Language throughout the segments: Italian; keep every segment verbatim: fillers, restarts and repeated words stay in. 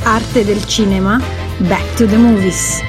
Arte del cinema, Back to the Movies.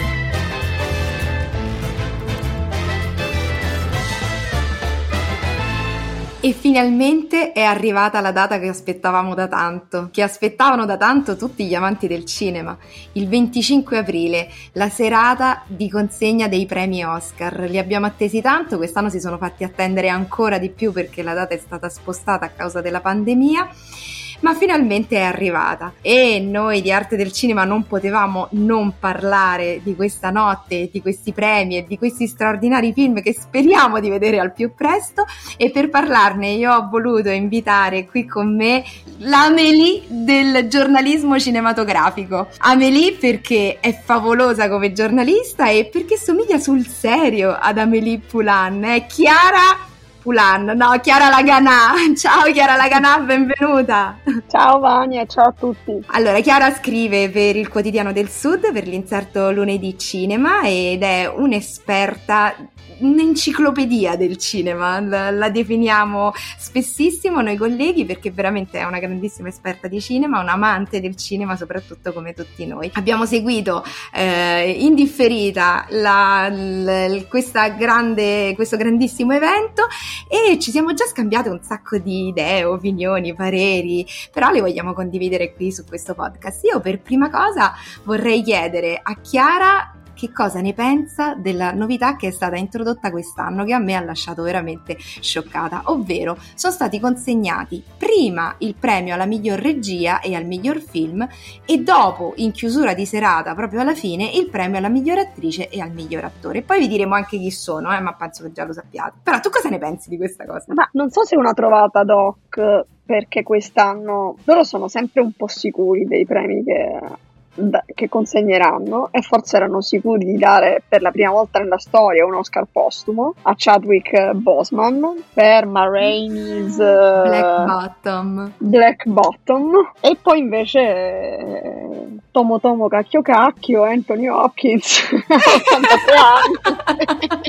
E finalmente è arrivata la data che aspettavamo da tanto, che aspettavano da tanto tutti gli amanti del cinema. Il venticinque aprile, la serata di consegna dei premi Oscar. Li abbiamo attesi tanto, quest'anno si sono fatti attendere ancora di più perché la data è stata spostata a causa della pandemia. Ma finalmente è arrivata e noi di Arte del Cinema non potevamo non parlare di questa notte, di questi premi e di questi straordinari film che speriamo di vedere al più presto, e per parlarne io ho voluto invitare qui con me l'Amélie del giornalismo cinematografico. Amélie perché è favolosa come giornalista e perché somiglia sul serio ad Amélie Poulain. È Chiara Poulain, no, Chiara Laganà. Ciao Chiara Laganà, benvenuta. Ciao Vania, ciao a tutti. Allora, Chiara scrive per il Quotidiano del Sud, per l'inserto Lunedì Cinema, ed è un'esperta, un'enciclopedia del cinema, la, la definiamo spessissimo noi colleghi perché veramente è una grandissima esperta di cinema, un amante del cinema soprattutto come tutti noi. Abbiamo seguito eh, indifferita la, la, questa grande, questo grandissimo evento e ci siamo già scambiate un sacco di idee, opinioni, pareri, però le vogliamo condividere qui su questo podcast. Io per prima cosa vorrei chiedere a Chiara che cosa ne pensa della novità che è stata introdotta quest'anno, che a me ha lasciato veramente scioccata, ovvero sono stati consegnati prima il premio alla miglior regia e al miglior film e dopo, in chiusura di serata, proprio alla fine, il premio alla miglior attrice e al miglior attore. Poi vi diremo anche chi sono, eh, ma penso che già lo sappiate. Però tu cosa ne pensi di questa cosa? Ma non so se è una trovata ad hoc, perché quest'anno loro sono sempre un po' sicuri dei premi che... che consegneranno e forse erano sicuri di dare per la prima volta nella storia un Oscar postumo a Chadwick Boseman per Ma Rainey's Black Bottom Black Bottom e poi invece eh, Tomo Tomo Cacchio Cacchio Anthony Hopkins a ottantatré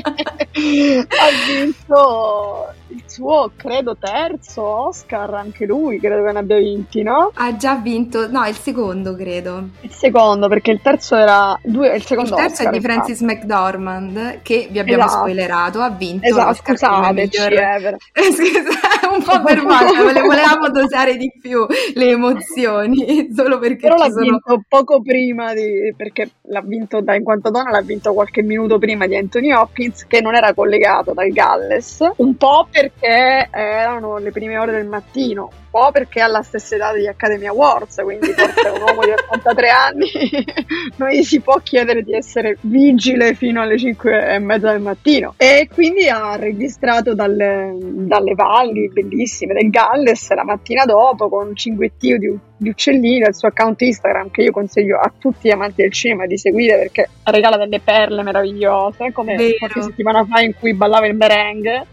anni ha vinto il suo, credo, terzo Oscar, anche lui credo che ne abbia vinti, no? Ha già vinto, no, il secondo credo. Il secondo, perché il terzo era due, il secondo Il terzo Oscar, è di Frances infatti. McDormand, che vi abbiamo Esatto. spoilerato, ha vinto Esatto, l'Oscar scusateci, come miglior... eh, Scusa, un po' per male, volevamo dosare di più le emozioni, solo perché però ci l'ha sono... vinto poco prima di, perché l'ha vinto da In quanto donna, l'ha vinto qualche minuto prima di Anthony Hopkins, che non era collegato dal Galles, un po' perché erano le prime ore del mattino, un po' perché ha la stessa età degli Academy Awards, quindi forse un uomo di ottantatré anni non gli si può chiedere di essere vigile fino alle cinque e mezza del mattino, e quindi ha registrato dalle, dalle valli bellissime del Galles la mattina dopo con un cinguettio di, di uccellino, il suo account Instagram, che io consiglio a tutti gli amanti del cinema di seguire perché regala delle perle meravigliose, come Vero. qualche settimana fa in cui ballava il merengue.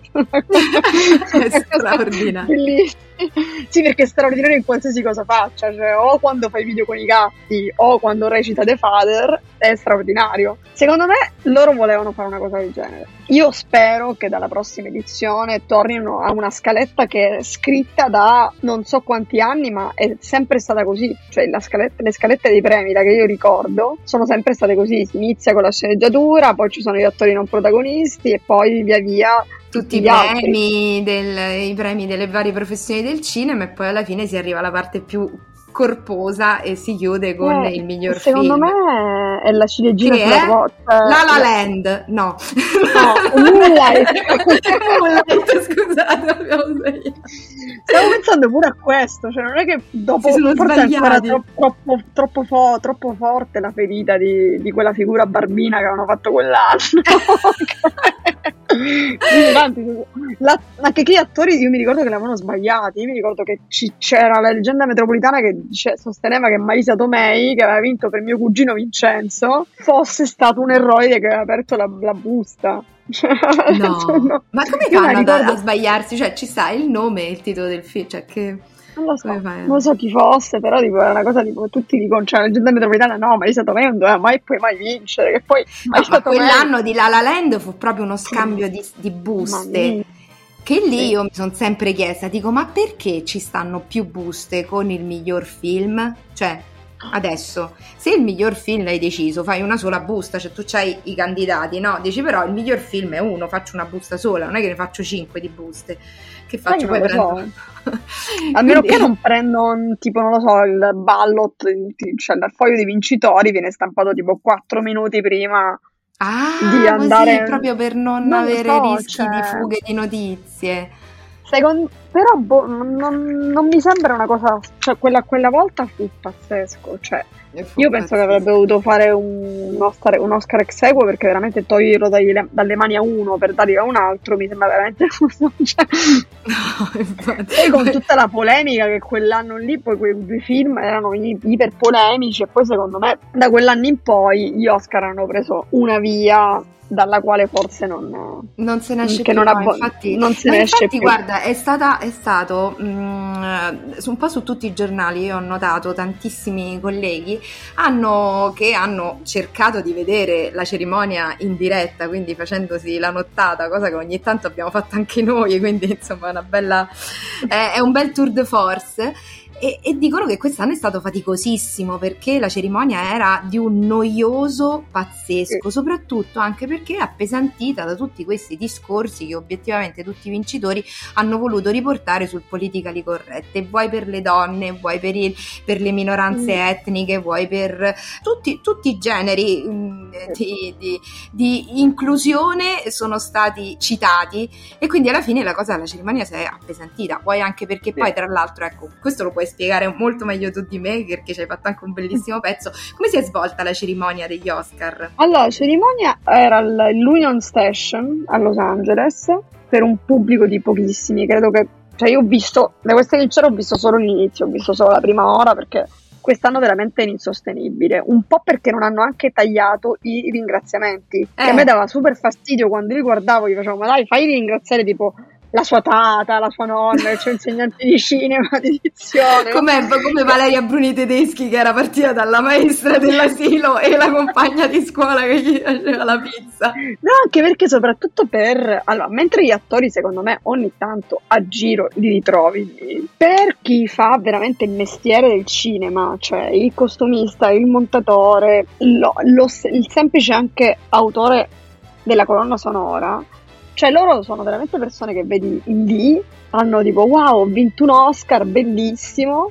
È straordinario. Bellissimo. Sì, perché è straordinario in qualsiasi cosa faccia, cioè o quando fai video con i gatti o quando recita The Father, è straordinario. Secondo me loro volevano fare una cosa del genere. Io spero che dalla prossima edizione tornino a una scaletta che è scritta da non so quanti anni, ma è sempre stata così, cioè la scaletta, le scalette dei premi, da che io ricordo, sono sempre state così. Si inizia con la sceneggiatura, poi ci sono gli attori non protagonisti e poi via via tutti i premi, del, i premi delle varie professioni del cinema, e poi alla fine si arriva alla parte più corposa e si chiude con eh, il miglior secondo film. Secondo me è la ciliegina che sulla è torta. La La Land, no. No, Moonlight. Moonlight, scusate, abbiamo sbagliato. Stavo pensando pure a questo, cioè non è che dopo si sono forse sbagliati. Era troppo, troppo, troppo, fo- troppo forte la ferita di, di quella figura barbina che avevano fatto quell'anno. La, anche che gli attori, io mi ricordo che l'avevano sbagliati. Io mi ricordo che ci, c'era la leggenda metropolitana che dice, sosteneva che Marisa Tomei, che aveva vinto per mio cugino Vincenzo, fosse stato un eroe che aveva aperto la, la busta. No. no, ma come Io fanno ricordo... ad, a sbagliarsi? Cioè ci sta il nome e il titolo del film, cioè che... Non lo so, non lo so chi fosse, però tipo, era una cosa tipo, tutti dicono, cioè la leggenda metropolitana, no, Marisa Tomei non doveva mai poi mai vincere, che poi no, ma quell'anno di La La Land fu proprio uno scambio di, di buste, che lì io mi sono sempre chiesta, dico, ma perché ci stanno più buste con il miglior film? Cioè, Adesso, se il miglior film l'hai deciso, fai una sola busta, cioè tu c'hai i candidati, no? Dici però il miglior film è uno, faccio una busta sola, non è che ne faccio cinque di buste. Che faccio? Poi prendo... so. A meno che non prendo tipo, non lo so, il ballot, cioè il foglio dei vincitori viene stampato tipo quattro minuti prima ah, di andare... così, proprio per non, non avere so, rischi cioè... di fughe di notizie. Secondo... Però boh, non, non mi sembra una cosa, cioè quella, quella volta fu pazzesco, cioè io penso che avrebbe dovuto fare un Oscar, un Oscar ex aequo, perché veramente toglierlo dagli, dalle mani a uno per dargli a un altro mi sembra veramente cioè, no, e con tutta la polemica che quell'anno lì, poi quei due film erano iper polemici, e poi secondo me da quell'anno in poi gli Oscar hanno preso una via dalla quale forse non, non se ne esce più, non non abbo- infatti, non se ne esce infatti più. Guarda, è stata è stato mh, un po' su tutti i giornali, io ho notato tantissimi colleghi hanno, che hanno cercato di vedere la cerimonia in diretta, quindi facendosi la nottata, cosa che ogni tanto abbiamo fatto anche noi, quindi insomma è una bella è, è un bel tour de force. E, e dicono che quest'anno è stato faticosissimo, perché la cerimonia era di un noioso pazzesco, sì. Soprattutto anche perché appesantita da tutti questi discorsi che obiettivamente tutti i vincitori hanno voluto riportare sul politically correct, e vuoi per le donne, vuoi per, il, per le minoranze mm. etniche, vuoi per tutti, tutti i generi mh, di, di, di inclusione sono stati citati, e quindi alla fine la cosa, la cerimonia si è appesantita. Poi anche perché sì. Poi tra l'altro, ecco, questo lo puoi spiegare molto meglio tu di me, perché ci hai fatto anche un bellissimo pezzo. Come si è svolta la cerimonia degli Oscar? Allora, la cerimonia era all'Union Station a Los Angeles per un pubblico di pochissimi, credo che, cioè io ho visto, da questa sincero ho visto solo l'inizio, ho visto solo la prima ora, perché quest'anno veramente è insostenibile, un po' perché non hanno anche tagliato i ringraziamenti, eh. che a me dava super fastidio quando li guardavo, gli facevo, ma dai, fai ringraziare tipo la sua tata, la sua nonna, il suo insegnante di cinema, di dizione. Come, come Valeria Bruni Tedeschi, che era partita dalla maestra dell'asilo e la compagna di scuola che gli faceva la pizza. No, anche perché soprattutto per... Allora, mentre gli attori secondo me ogni tanto a giro li ritrovi, per chi fa veramente il mestiere del cinema, cioè il costumista, il montatore, lo, lo, il semplice anche autore della colonna sonora, cioè loro sono veramente persone che vedi lì, hanno tipo wow, ho vinto un Oscar, bellissimo,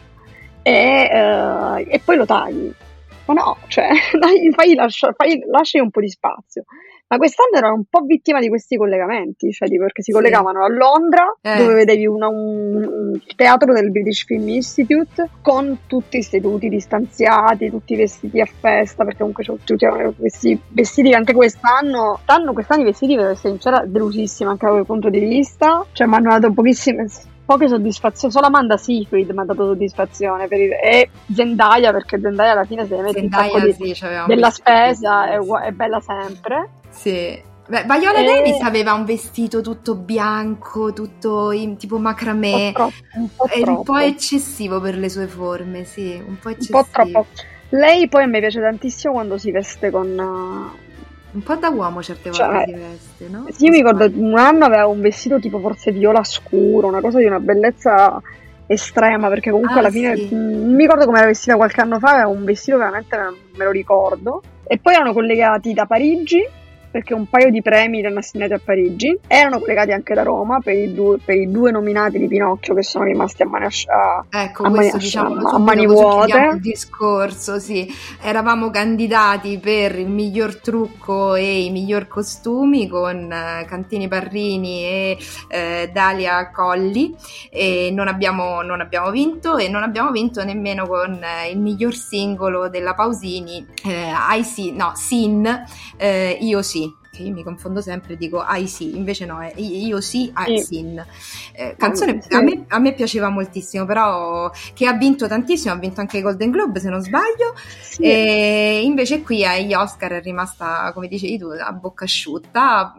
e, uh, e poi lo tagli. Ma no, cioè dai, fai, lascia, fai, lasci un po' di spazio. Ma quest'anno erano un po' vittima di questi collegamenti, cioè di, perché si sì. collegavano a Londra, eh. dove vedevi una, un, un teatro del British Film Institute con tutti istituti distanziati, tutti vestiti a festa, perché comunque tutti avevano questi vestiti anche quest'anno. Quest'anno, quest'anno i vestiti, per essere sincera, delusissima anche da quel punto di vista, cioè mi hanno dato pochissime... poche soddisfazioni, solo Amanda Seyfried mi ha dato soddisfazione per il, e Zendaya, perché Zendaya alla fine se ne mette Zendaya, un sì, di, della spesa è, è bella sempre. Sì. Beh, Viola e... Davis aveva un vestito tutto bianco, tutto in tipo macramè, un po' troppo, un po', è troppo. un po' eccessivo per le sue forme, sì, un po' eccessivo. Un po' troppo. Lei poi a me piace tantissimo quando si veste con... Uh... un po' da uomo certe volte cioè, si veste, no? Sì, io mi ricordo un anno aveva un vestito tipo forse viola scuro, una cosa di una bellezza estrema, perché comunque ah, alla fine sì. non mi ricordo come era vestita qualche anno fa, aveva un vestito veramente, me lo ricordo. E poi erano collegati da Parigi, perché un paio di premi li hanno assegnati a Parigi, erano collegati anche da Roma per i due, per i due nominati di Pinocchio che sono rimasti a mani, a, ecco, a questo, mani, diciamo, a mani vuote. Il discorso, sì, eravamo candidati per il miglior trucco e i miglior costumi con eh, Cantini Parrini e eh, Dalia Colli, e non abbiamo, non abbiamo vinto, e non abbiamo vinto nemmeno con eh, il miglior singolo della Pausini, eh, I See, no, Sin, eh, Io Sì. Che io mi confondo sempre, dico I sì, invece no, è Io sì, I sì. Sin. Eh, canzone sì. a, me, a me piaceva moltissimo, però che ha vinto tantissimo, ha vinto anche i Golden Globe se non sbaglio, sì. E invece qui agli Oscar è rimasta, come dicevi tu, a bocca asciutta,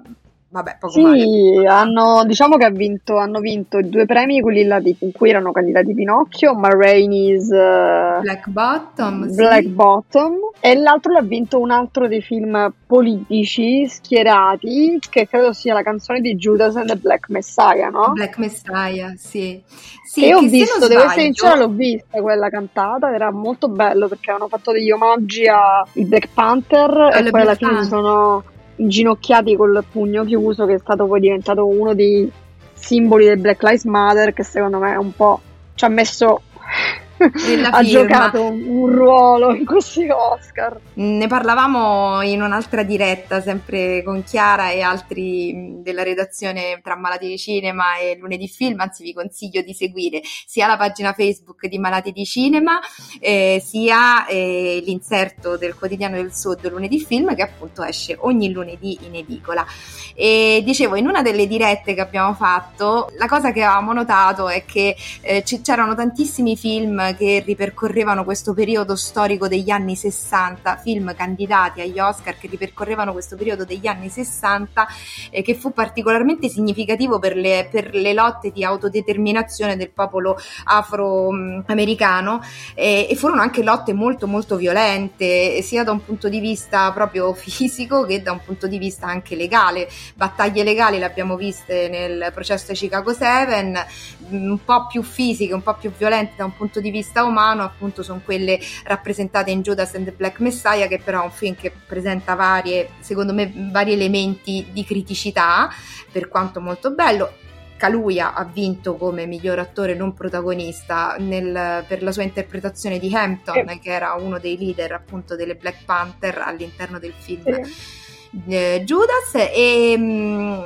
vabbè, poco male. Sì, hanno, diciamo che ha vinto, hanno vinto i due premi, quelli là di, in cui erano candidati Pinocchio, Ma Rainey's uh, Black Bottom, Black sì. Bottom, e l'altro l'ha vinto un altro dei film politici schierati, che credo sia la canzone di Judas and the Black Messiah, no? Black Messiah, sì. Sì, Che io ho che se visto, non devo essere sbaglio- sincera, l'ho vista quella cantata, era molto bello perché avevano fatto degli omaggi ai Black Panther Alle e poi alla Black fine si Panther. sono inginocchiati col pugno chiuso, che è stato poi diventato uno dei simboli del Black Lives Matter, che secondo me è un po' ci ha messo E la ha firma. giocato un ruolo in questi Oscar. Ne parlavamo in un'altra diretta, sempre con Chiara e altri mh, della redazione tra Malati di Cinema e Lunedì Film, anzi vi consiglio di seguire sia la pagina Facebook di Malati di Cinema, eh, sia eh, l'inserto del Quotidiano del Sud Lunedì Film, che appunto esce ogni lunedì in edicola. E dicevo, in una delle dirette che abbiamo fatto, la cosa che avevamo notato è che eh, c- c'erano tantissimi film che ripercorrevano questo periodo storico degli anni sessanta, film candidati agli Oscar che ripercorrevano questo periodo degli anni sessanta, eh, che fu particolarmente significativo per le, per le lotte di autodeterminazione del popolo afroamericano, eh, e furono anche lotte molto molto violente, sia da un punto di vista proprio fisico che da un punto di vista anche legale. Battaglie legali le abbiamo viste nel processo di Chicago sette, un po' più fisiche, un po' più violente da un punto di vista umano, appunto sono quelle rappresentate in Judas and the Black Messiah, che però è un film che presenta varie, secondo me, vari elementi di criticità, per quanto molto bello. Kaluuya ha vinto come miglior attore non protagonista nel, per la sua interpretazione di Hampton, Eh. che era uno dei leader appunto delle Black Panther all'interno del film Sì. eh, Judas, e, mm,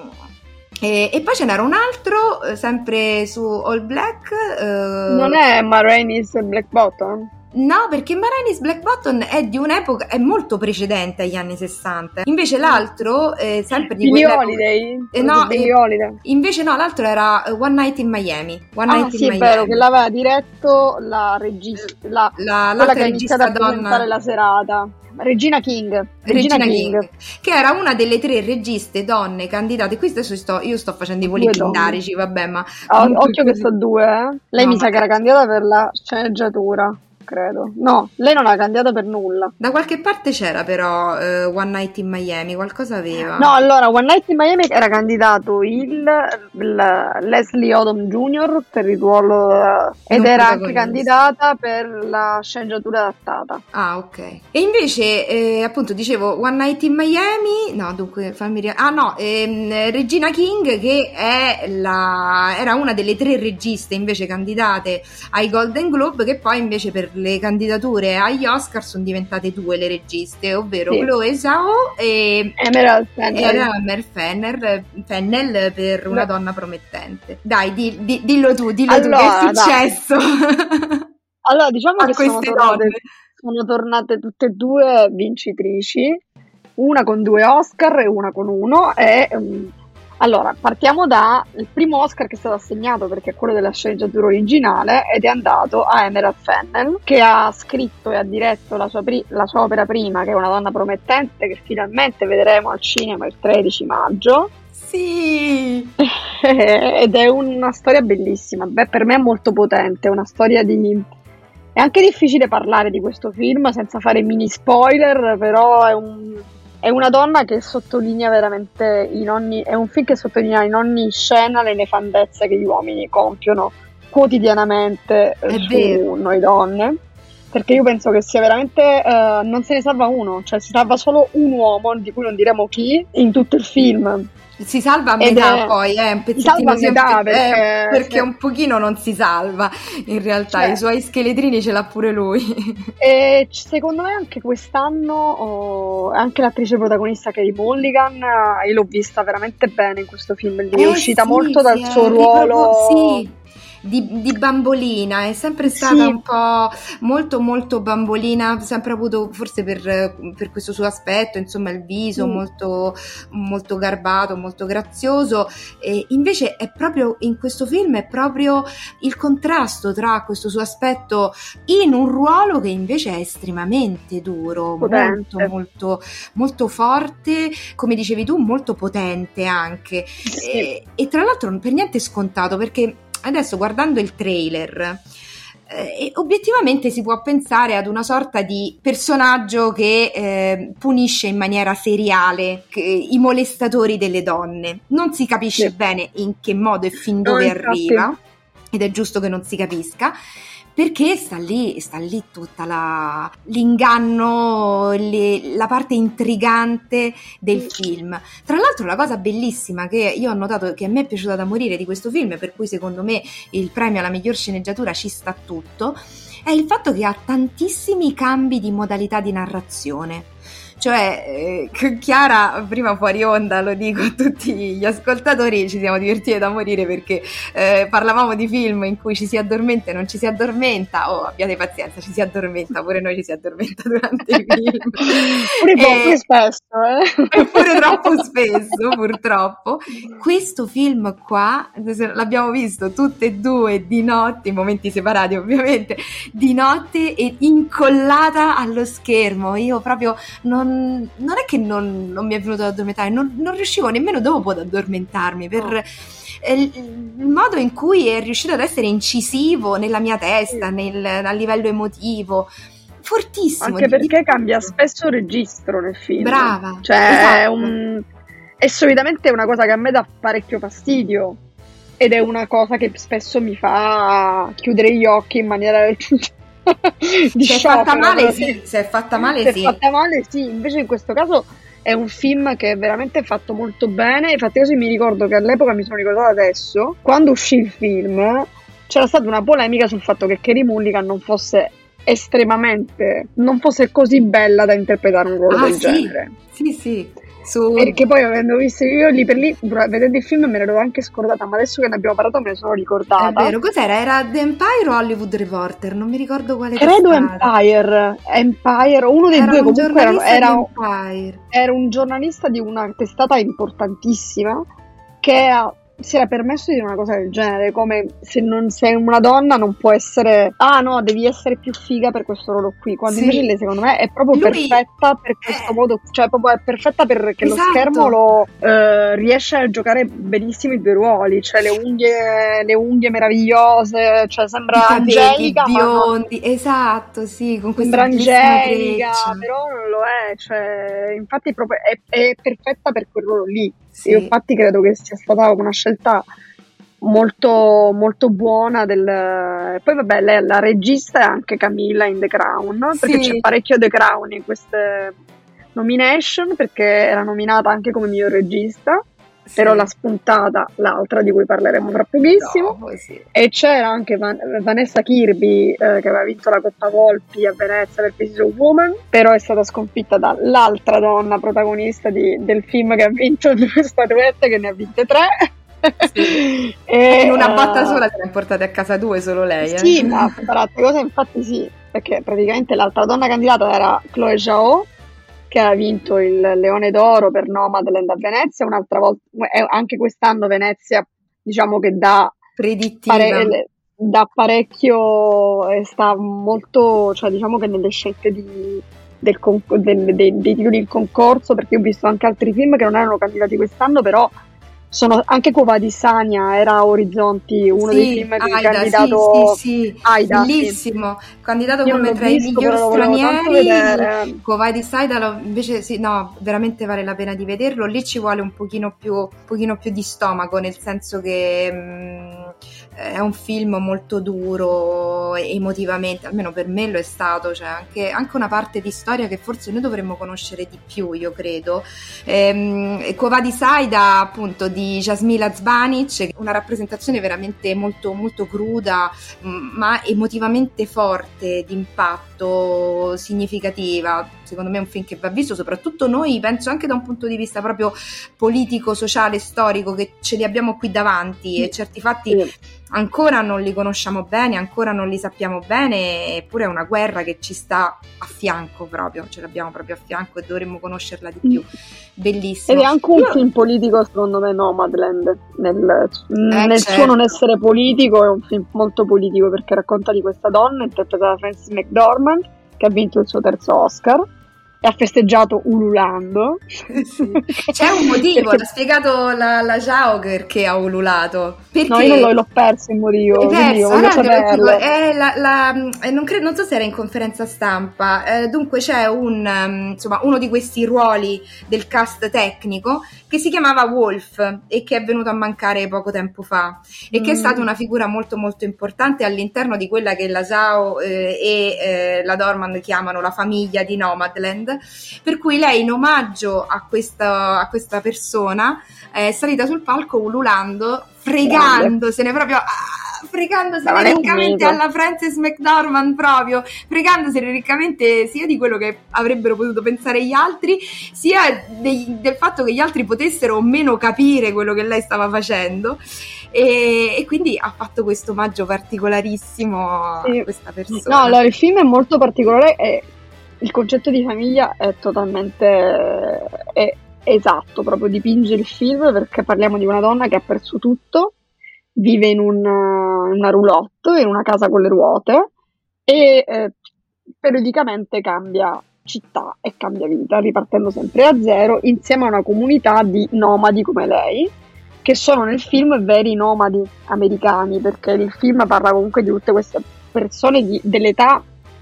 e, e poi ce n'era un altro eh, sempre su All Black, eh, Non è Ma Rainey's Black Bottom? no, perché Ma Rainey's Black Bottom è di un'epoca, è molto precedente agli anni sessanta. Invece l'altro, eh, sempre di Billie quell'epoca, Holiday? eh, no, Billie eh, Holiday. invece no, l'altro era eh, One Night in Miami. One Ah, Night sì, in è Miami. vero, che l'aveva diretto la regista, la, La- quella l'altra che ha iniziato a regista presentare donna. la serata. Regina King. Regina, Regina King, King. che era una delle tre registe donne candidate. Qui adesso sto, io sto facendo i voli Due donne. pindarici, vabbè, ma Ah, comunque occhio che così- sto due, eh. Lei No, mi sa ma- che era candidata per la sceneggiatura, credo. No, lei non era candidata per nulla. Da qualche parte c'era però eh, One Night in Miami, qualcosa aveva. No, allora, One Night in Miami era candidato il, il Leslie Odom Junior per il ruolo eh, ed Non era anche protagonista. candidata per la sceneggiatura adattata. Ah, ok. E invece, eh, appunto, dicevo One Night in Miami, no, dunque, fammi ri- ah no, ehm, Regina King, che è la, era una delle tre registe invece candidate ai Golden Globe, che poi invece per le candidature agli Oscar sono diventate due le registe, ovvero Sì. Chloe Zhao e Emerald Fennell. era Mer Fennel, Fennel per Una No. donna promettente. Dai, di- di- dillo tu, dillo Allora, tu, che è dai. successo Allora, diciamo a che sono queste tornate, donne? sono tornate tutte e due vincitrici, una con due Oscar e una con uno. E, um, allora, partiamo da il primo Oscar che è stato assegnato, perché è quello della sceneggiatura originale, ed è andato a Emerald Fennell, che ha scritto e ha diretto la sua, pri- la sua opera prima, che è Una donna promettente, che finalmente vedremo al cinema il tredici maggio. Sì. Ed è una storia bellissima. Beh, per me è molto potente, è una storia di... È anche difficile parlare di questo film senza fare mini spoiler, però è, un... è una donna che sottolinea veramente in ogni... È un film che sottolinea in ogni scena le nefandezze che gli uomini compiono quotidianamente eh, È su vero. noi donne. Perché io penso che sia veramente... eh, non se ne salva uno, cioè si salva solo un uomo, di cui non diremo chi, in tutto il film. Si salva a Ed metà è- poi, eh, un si pezzettino salva a metà, sempre- eh, perché- perché un pochino non si salva, in realtà Cioè- i suoi scheletrini ce l'ha pure lui. E c- secondo me anche quest'anno oh, anche l'attrice protagonista Carey Mulligan, eh, io l'ho vista veramente bene in questo film lì, è Eh, uscita sì, molto dal si è suo ripropo- ruolo. sì. di, di bambolina, è sempre stata sì. un po' molto molto bambolina, sempre avuto forse per, per questo suo aspetto, insomma il viso mm. molto, molto garbato, molto grazioso, e invece è proprio in questo film è proprio il contrasto tra questo suo aspetto in un ruolo che invece è estremamente duro, potente. molto molto molto forte, come dicevi tu, molto potente anche, sì. e, e tra l'altro per niente scontato, perché adesso guardando il trailer eh, obiettivamente si può pensare ad una sorta di personaggio che eh, punisce in maniera seriale che, i molestatori delle donne, non si capisce sì. bene in che modo e fin dove no, arriva, ed è giusto che non si capisca, perché sta lì, sta lì tutta la, l'inganno, le, la parte intrigante del film. Tra l'altro la cosa bellissima che io ho notato, che a me è piaciuta da morire di questo film, per cui secondo me il premio alla miglior sceneggiatura ci sta tutto, è il fatto che ha tantissimi cambi di modalità di narrazione. Cioè, eh, Chiara, prima fuori onda, lo dico a tutti gli ascoltatori, ci siamo divertiti da morire perché eh, parlavamo di film in cui ci si addormenta e non ci si addormenta. Oh, abbiate pazienza, ci si addormenta, pure noi ci si addormenta durante i film. Pure troppo spesso, eh? Pure troppo spesso, purtroppo. Questo film qua, l'abbiamo visto tutte e due di notte, in momenti separati ovviamente, di notte e incollata allo schermo. Io proprio non non è che non, non mi è venuto ad addormentare, non, non riuscivo nemmeno dopo ad addormentarmi per no. il, il modo in cui è riuscito ad essere incisivo nella mia testa, nel, a livello emotivo, fortissimo. Anche perché cambia spesso registro nel film. Brava. Cioè esatto. è, un, è solitamente una cosa che a me dà parecchio fastidio, ed è una cosa che spesso mi fa chiudere gli occhi in maniera di se è fatta male sì, se è fatta male se sì. è fatta male sì, invece in questo caso è un film che è veramente fatto molto bene. Infatti io mi ricordo che all'epoca, mi sono ricordata adesso, quando uscì il film c'era stata una polemica sul fatto che Carey Mulligan non fosse estremamente, non fosse così bella da interpretare un ruolo ah, del sì. genere. Sì, sì. Su... Perché poi, avendo visto io lì per lì, vedendo il film me l'ero anche scordata, ma adesso che ne abbiamo parlato me ne sono ricordata. È vero, cos'era? Era The Empire o Hollywood Reporter? Non mi ricordo quale. Credo Empire, Empire, uno dei era due un comunque era, era, Empire. Era un giornalista di una testata importantissima che ha si era permesso di dire una cosa del genere, come se non sei una donna non può essere, ah no, devi essere più figa per questo ruolo qui, quando sì. invece lei secondo me è proprio Lui... perfetta per questo eh... modo, cioè proprio è perfetta perché esatto. lo schermo lo eh, riesce a giocare benissimo i due ruoli, cioè le unghie le unghie meravigliose, cioè sembra Angelica, biondi, no. esatto, sì, con questa Angelica, però non lo è, cioè infatti proprio è, è perfetta per quel ruolo lì. Sì. Io infatti credo che sia stata una scelta molto molto buona del... Poi vabbè, lei, la regista è anche Camilla in The Crown, perché sì. c'è parecchio The Crown in queste nomination, perché era nominata anche come miglior regista, sì. però l'ha spuntata l'altra di cui parleremo tra pochissimo, no, sì. e c'era anche Van- Vanessa Kirby eh, che aveva vinto la Coppa Volpi a Venezia per Pieces of Woman, però è stata sconfitta dall'altra donna protagonista di, del film, che ha vinto due statuette, che ne ha vinte tre. Sì. E, in una botta uh, sola se ne è portate a casa due solo lei eh? Sì, ma per altre cose infatti sì, perché praticamente l'altra donna candidata era Chloe Zhao, che ha vinto il Leone d'Oro per Nomadland a Venezia un'altra volta, anche quest'anno Venezia diciamo che dà predittiva pare, da parecchio e sta molto, cioè diciamo che nelle scelte di, del, del, dei, dei titoli in concorso, perché ho visto anche altri film che non erano candidati quest'anno, però sono anche Quo Vadis Ania era Orizzonti, uno sì, dei film che Aida, è candidato sì, sì, sì. Aida, bellissimo, sì. candidato Io come tra visto, i migliori stranieri. Quo Vadis Aida lo, invece sì, no, veramente vale la pena di vederlo. Lì ci vuole un pochino più un pochino più di stomaco, nel senso che mh, è un film molto duro emotivamente, almeno per me lo è stato, cioè anche, anche una parte di storia che forse noi dovremmo conoscere di più, io credo. ehm, Quo Vadis Aida, appunto, di Jasmila Zbanic, una rappresentazione veramente molto molto cruda ma emotivamente forte, di impatto, significativa. Secondo me è un film che va visto, soprattutto noi, penso anche da un punto di vista proprio politico, sociale, storico, che ce li abbiamo qui davanti, e certi fatti ancora non li conosciamo bene, ancora non li sappiamo bene, eppure è una guerra che ci sta a fianco proprio, ce l'abbiamo proprio a fianco e dovremmo conoscerla di più. Bellissimo. Ed è anche un Io... film politico, secondo me, Nomadland, nel, eh, nel certo. suo non essere politico, è un film molto politico perché racconta di questa donna interpretata da Frances McDormand, che ha vinto il suo terzo Oscar e ha festeggiato ululando. Sì. C'è un motivo, perché... l'ha spiegato la, la Zhao perché ha ululato. Perché... No, io non l'ho, l'ho perso il motivo, È quindi io voglio saperlo. È la, la, eh, non, credo, non so se era in conferenza stampa, eh, dunque c'è un, um, insomma, uno di questi ruoli del cast tecnico che si chiamava Wolf e che è venuto a mancare poco tempo fa e mm. che è stata una figura molto molto importante all'interno di quella che la Zhao eh, e eh, la Dorman chiamano la famiglia di Nomadland, per cui lei in omaggio a questa, a questa persona è salita sul palco ululando, fregandosene proprio, ah, fregandosene riccamente alla Frances McDormand proprio, fregandosene riccamente sia di quello che avrebbero potuto pensare gli altri, sia dei, del fatto che gli altri potessero o meno capire quello che lei stava facendo. E, e quindi ha fatto questo omaggio particolarissimo sì. a questa persona. No, allora il film è molto particolare e il concetto di famiglia è totalmente è esatto, proprio dipinge il film, perché parliamo di una donna che ha perso tutto, vive in, un, in una roulotte, in una casa con le ruote e eh, periodicamente cambia città e cambia vita, ripartendo sempre da zero insieme a una comunità di nomadi come lei, che sono nel film veri nomadi americani, perché il film parla comunque di tutte queste persone di, dell'età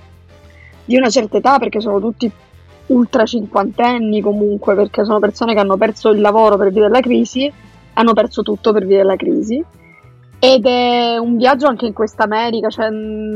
di una certa età, perché sono tutti ultra cinquantenni comunque, perché sono persone che hanno perso il lavoro per via della crisi, hanno perso tutto per via della crisi, ed è un viaggio anche in questa America, cioè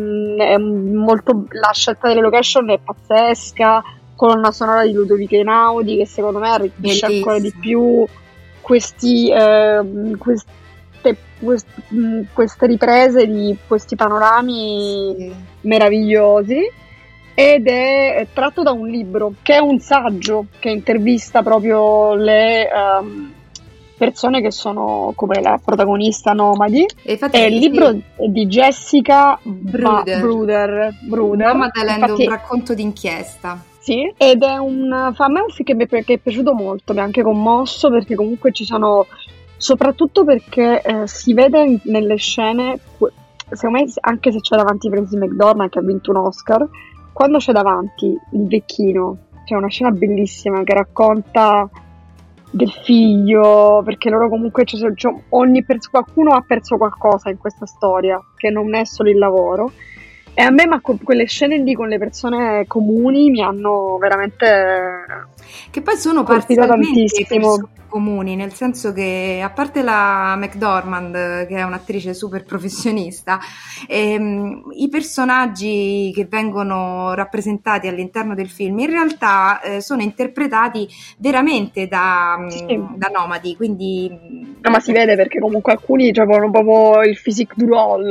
è molto, la scelta delle location è pazzesca, colonna sonora di Ludovico Einaudi che secondo me arricchisce ancora di più questi eh, queste, queste, queste riprese di questi panorami sì. meravigliosi. Ed è tratto da un libro che è un saggio che intervista proprio le um, persone che sono come la protagonista nomadi. E è il libro sì. di Jessica Bruder, Bruder, Bruder. Nomadland è un racconto d'inchiesta. Sì, ed è un, a me è un film che mi è, che è piaciuto molto, mi ha anche commosso perché comunque ci sono, soprattutto perché eh, si vede nelle scene, secondo me anche se c'è davanti Frances McDormand che ha vinto un Oscar, quando c'è davanti il vecchino, c'è una scena bellissima che racconta del figlio, perché loro comunque c'è, c'è ogni pers- qualcuno ha perso qualcosa in questa storia, che non è solo il lavoro. E a me, ma con quelle scene lì con le persone comuni mi hanno veramente che poi sono parzialmente persone comuni, nel senso che a parte la McDormand che è un'attrice super professionista, ehm, i personaggi che vengono rappresentati all'interno del film in realtà eh, sono interpretati veramente da, sì. da nomadi, quindi no, ma si vede perché comunque alcuni avevano proprio il physique du role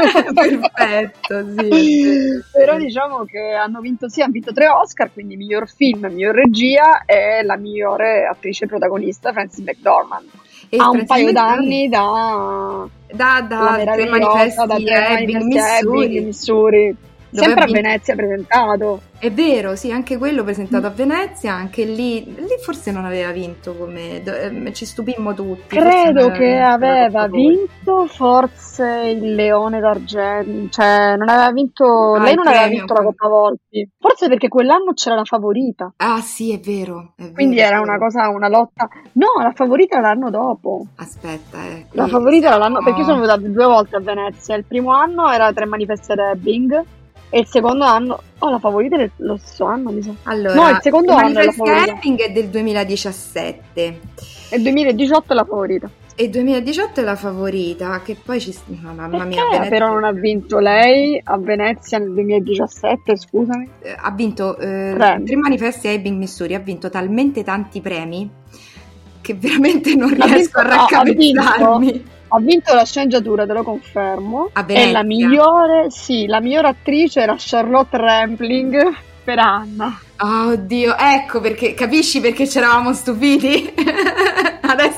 perfetto, sì. Però diciamo che hanno vinto sì, hanno vinto tre Oscar, quindi miglior film, miglior regia e la migliore attrice protagonista Frances McDormand. E ha un paio d'anni da da, da tre manifesti da tre Ebbing, Missouri, Missouri. Sempre a Venezia presentato. È vero, sì, anche quello presentato a Venezia, anche lì, lì forse non aveva vinto, come ci stupimmo tutti. Credo che aveva vinto forse il Leone d'Argento, cioè non aveva vinto, ah, lei non aveva vinto la Coppa Volpi, forse perché quell'anno c'era la Favorita. Ah sì, è vero. È Quindi vero, era una cosa, una lotta. No, la Favorita l'anno dopo. Aspetta, eh. La Favorita era l'anno, perché io sono venuta due volte a Venezia, il primo anno era Tre manifesti ad Ebbing. E il secondo anno, oh la Favorita è lo stesso anno mi sa. Allora, no, il secondo anno è la Favorita. Ebbing è del duemiladiciassette. E il duemiladiciotto è la Favorita. E il duemiladiciotto è la Favorita, che poi ci... No, mamma mia, Venezia... però non ha vinto lei a Venezia nel duemiladiciassette, scusami? Eh, ha vinto eh, Tre manifesti a Ebbing, Missouri, ha vinto talmente tanti premi che veramente non ha riesco vinto, a raccapezzarmi. Ha vinto la sceneggiatura, te lo confermo. A Venezia. E la migliore, sì, la migliore attrice era Charlotte Rampling per Anna. Oh, oddio, ecco perché, capisci perché ci eravamo stupiti? Adesso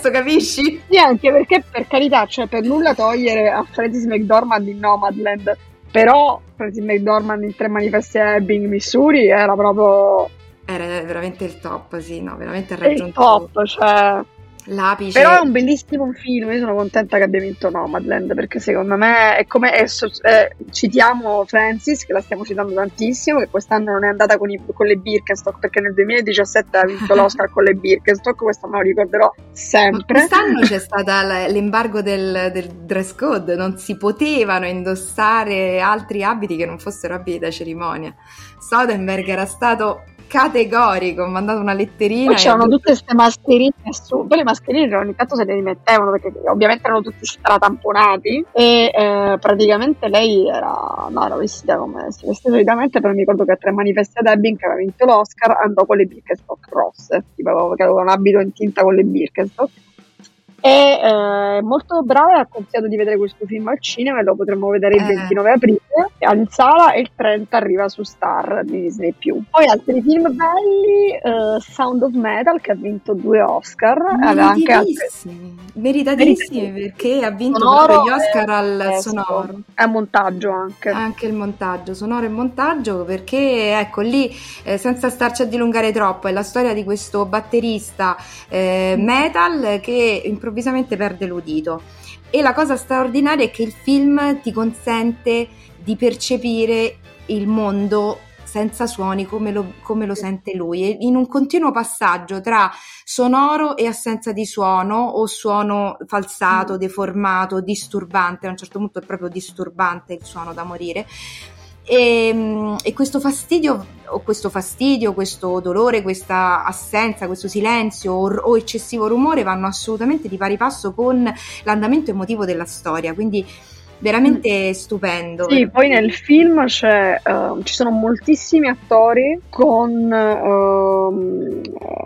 successo, capisci? Sì, anche perché, per carità, cioè per nulla togliere a Frances McDormand in Nomadland, però Frances McDormand in Tre manifesti a Ebbing, Missouri era proprio... Era veramente il top, sì, no, veramente ha È il raggiunto top, cioè... l'apice. Però è un bellissimo film, io sono contenta che abbia vinto Nomadland, perché secondo me è come è, eh, citiamo Francis, che la stiamo citando tantissimo, che quest'anno non è andata con, i, con le Birkenstock, perché nel duemiladiciassette ha vinto l'Oscar con le Birkenstock, questo me lo ricorderò sempre. Quest'anno c'è stato l'embargo del, del dress code, non si potevano indossare altri abiti che non fossero abiti da cerimonia. Soderbergh era stato categorico, ho mandato una letterina. Poi c'erano tutte queste mascherine su, poi le mascherine ogni tanto se le rimettevano perché ovviamente erano tutti stratamponati e eh, praticamente lei era, no, era vestita come si veste solitamente, però mi ricordo che a Tre manifesti ad Ebbing, che aveva vinto l'Oscar, andò con le Birkenstock rosse, tipo che aveva un abito in tinta con le Birkenstock. È eh, molto brava e ha consigliato di vedere questo film al cinema e lo potremo vedere il Eh. ventinove aprile in sala e il trenta arriva su Star di Disney più. Poi altri film belli, eh, Sound of Metal, che ha vinto due Oscar, aveva anche altre... meritatissimi, meritatissimi perché ha vinto sonoro proprio gli Oscar al testo. sonoro. È montaggio anche. Anche il montaggio, sonoro e montaggio, perché ecco lì, eh, senza starci a dilungare troppo, è la storia di questo batterista eh, metal che improvvisamente perde l'udito. E la cosa straordinaria è che il film ti consente di percepire il mondo senza suoni come lo, come lo sente lui, e in un continuo passaggio tra sonoro e assenza di suono, o suono falsato, mm. deformato, disturbante. A un certo punto è proprio disturbante il suono da morire. E, e questo fastidio o questo fastidio, questo dolore, questa assenza, questo silenzio o, o eccessivo rumore vanno assolutamente di pari passo con l'andamento emotivo della storia, quindi veramente mm. stupendo. Sì, poi nel film c'è, uh, ci sono moltissimi attori con uh,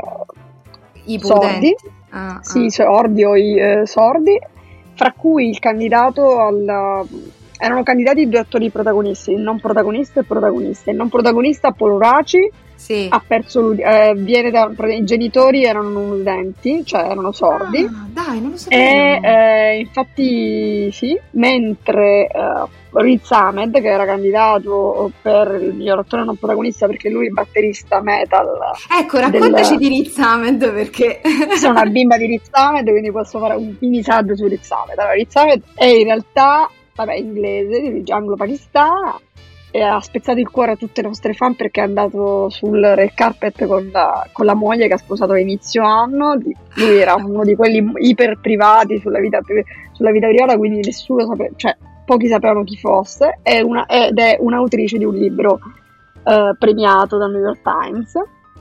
i sordi, ah, sì, ah. sordi o i eh, sordi, fra cui il candidato al... erano candidati due attori protagonisti, il non protagonista e il protagonista. Il non protagonista, Paul Raci, sì. ha perso l'udito, eh, viene da, i genitori erano non udenti, cioè erano sordi. Ah, dai, non lo sapevo. E eh, infatti sì, mentre eh, Riz Ahmed, che era candidato per il miglior attore non protagonista perché lui è batterista metal. Ecco, raccontaci del... di Riz Ahmed, perché sono una bimba di Riz Ahmed, quindi posso fare un mini saggio su Riz Ahmed. Allora, Riz Ahmed è in realtà vabbè, inglese, di anglo-pakistana, e ha spezzato il cuore a tutte le nostre fan perché è andato sul red carpet con la, con la moglie che ha sposato a inizio anno. Lui era uno di quelli iper privati sulla vita, sulla vita privata, quindi nessuno sapeva, cioè pochi sapevano chi fosse, è una, ed è un'autrice di un libro eh, premiato dal New York Times.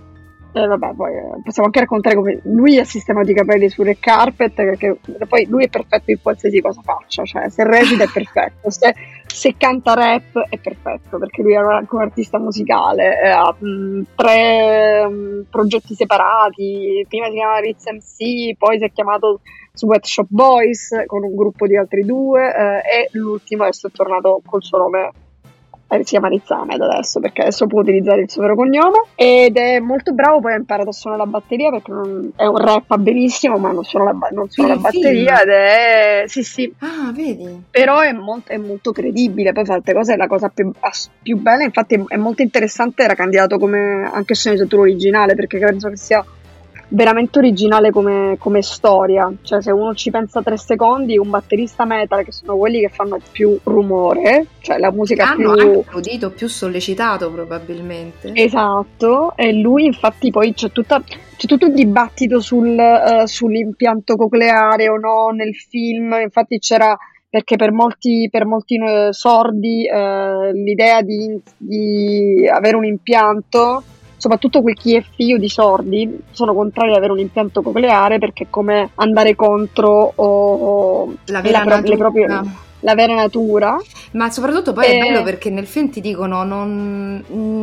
Eh, vabbè, poi eh, possiamo anche raccontare come lui ha sistemato i capelli sul red carpet, perché poi lui è perfetto in qualsiasi cosa faccia, cioè se recita è perfetto, se, se canta rap è perfetto, perché lui è anche un artista musicale, eh, ha mh, tre mh, progetti separati, prima si chiamava Riz M C, poi si è chiamato Sweat Shop Boys con un gruppo di altri due, eh, e l'ultimo adesso è tornato col suo nome. Si chiama Riz Ahmed adesso perché adesso può utilizzare il suo vero cognome, ed è molto bravo. Poi ha imparato a suonare la batteria perché non, è un rappa benissimo, ma non suona la, non suona la batteria ed è sì sì ah vedi però è molto, è molto credibile. Poi fa altre cose, è la cosa più, più bella, infatti è, è molto interessante. Era candidato come anche sceneggiatura originale perché penso che sia veramente originale come, come storia, cioè se uno ci pensa tre secondi, un batterista metal, che sono quelli che fanno più rumore, cioè la musica hanno più... anche l'udito più sollecitato probabilmente. Esatto, e lui infatti poi c'è, tutta, c'è tutto un dibattito sul, uh, sull'impianto cocleare o no nel film, infatti c'era, perché per molti, per molti uh, sordi uh, l'idea di, di avere un impianto, soprattutto quel chi è figlio di sordi, sono contrari ad avere un impianto cocleare perché è come andare contro o, la vera la, natura. Le proprie, la vera natura. Ma soprattutto poi e... è bello perché nel film ti dicono non,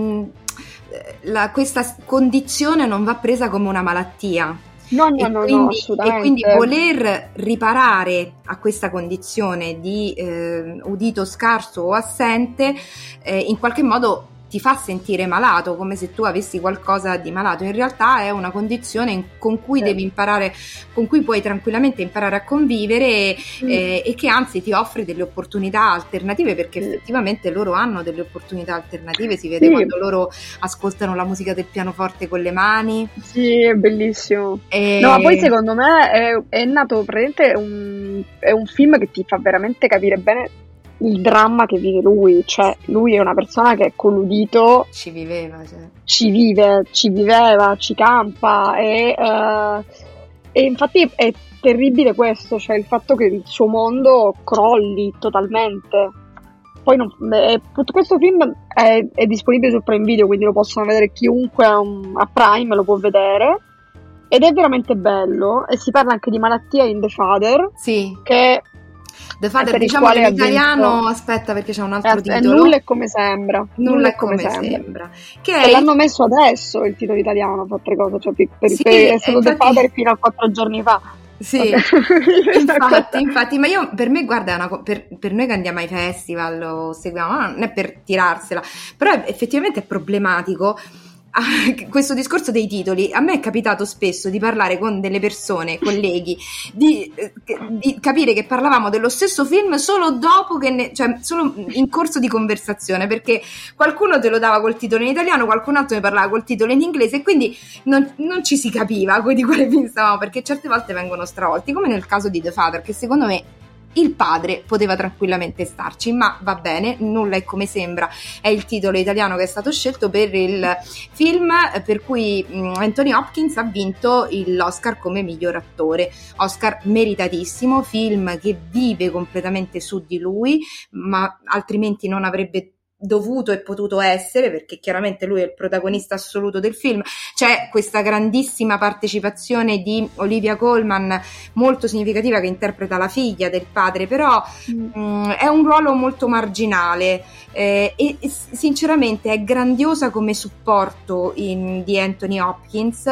mh, la, questa condizione non va presa come una malattia. No, no, e, no, quindi, no, assolutamente. E quindi voler riparare a questa condizione di eh, udito scarso o assente eh, in qualche modo ti fa sentire malato, come se tu avessi qualcosa di malato. In realtà è una condizione in, con cui devi imparare, con cui puoi tranquillamente imparare a convivere mm. eh, e che anzi ti offre delle opportunità alternative, perché mm. effettivamente loro hanno delle opportunità alternative, si vede sì. quando loro ascoltano la musica del pianoforte con le mani. Sì, è bellissimo. E... No, ma poi secondo me è, è nato praticamente un, è un film che ti fa veramente capire bene il dramma che vive lui, cioè lui è una persona che è colludito, ci viveva, cioè. ci vive, ci viveva, ci campa e, uh, e infatti è terribile questo, cioè il fatto che il suo mondo crolli totalmente. Poi non, è, questo film è, è disponibile su Prime Video, quindi lo possono vedere chiunque a, un, a Prime lo può vedere ed è veramente bello, e si parla anche di malattia in The Father, sì. che The Father, diciamo in italiano, vinto... aspetta perché c'è un altro è, titolo. È Nulla è come sembra. Nulla, Nulla è come, come sembra. sembra. Che e è... l'hanno messo adesso il titolo italiano, fa tre cose, cioè per, per, sì, per, è stato infatti... The Father fino a quattro giorni fa. Sì, infatti, infatti, ma io per me, guarda, è una, per, per noi che andiamo ai festival o seguiamo, non è per tirarsela, però è, effettivamente è problematico. Questo discorso dei titoli, a me è capitato spesso di parlare con delle persone, colleghi, di, di capire che parlavamo dello stesso film solo dopo che ne, cioè solo in corso di conversazione, perché qualcuno te lo dava col titolo in italiano, qualcun altro ne parlava col titolo in inglese e quindi non, non ci si capiva di quale film stavamo, perché certe volte vengono stravolti, come nel caso di The Father, che secondo me il padre poteva tranquillamente starci, ma va bene, Nulla è come sembra è il titolo italiano che è stato scelto per il film per cui Anthony Hopkins ha vinto l'Oscar come miglior attore, Oscar meritatissimo, film che vive completamente su di lui, ma altrimenti non avrebbe dovuto e potuto essere, perché chiaramente lui è il protagonista assoluto del film. C'è questa grandissima partecipazione di Olivia Colman molto significativa, che interpreta la figlia del padre, però mm. mh, è un ruolo molto marginale eh, e, e sinceramente è grandiosa come supporto in, di Anthony Hopkins,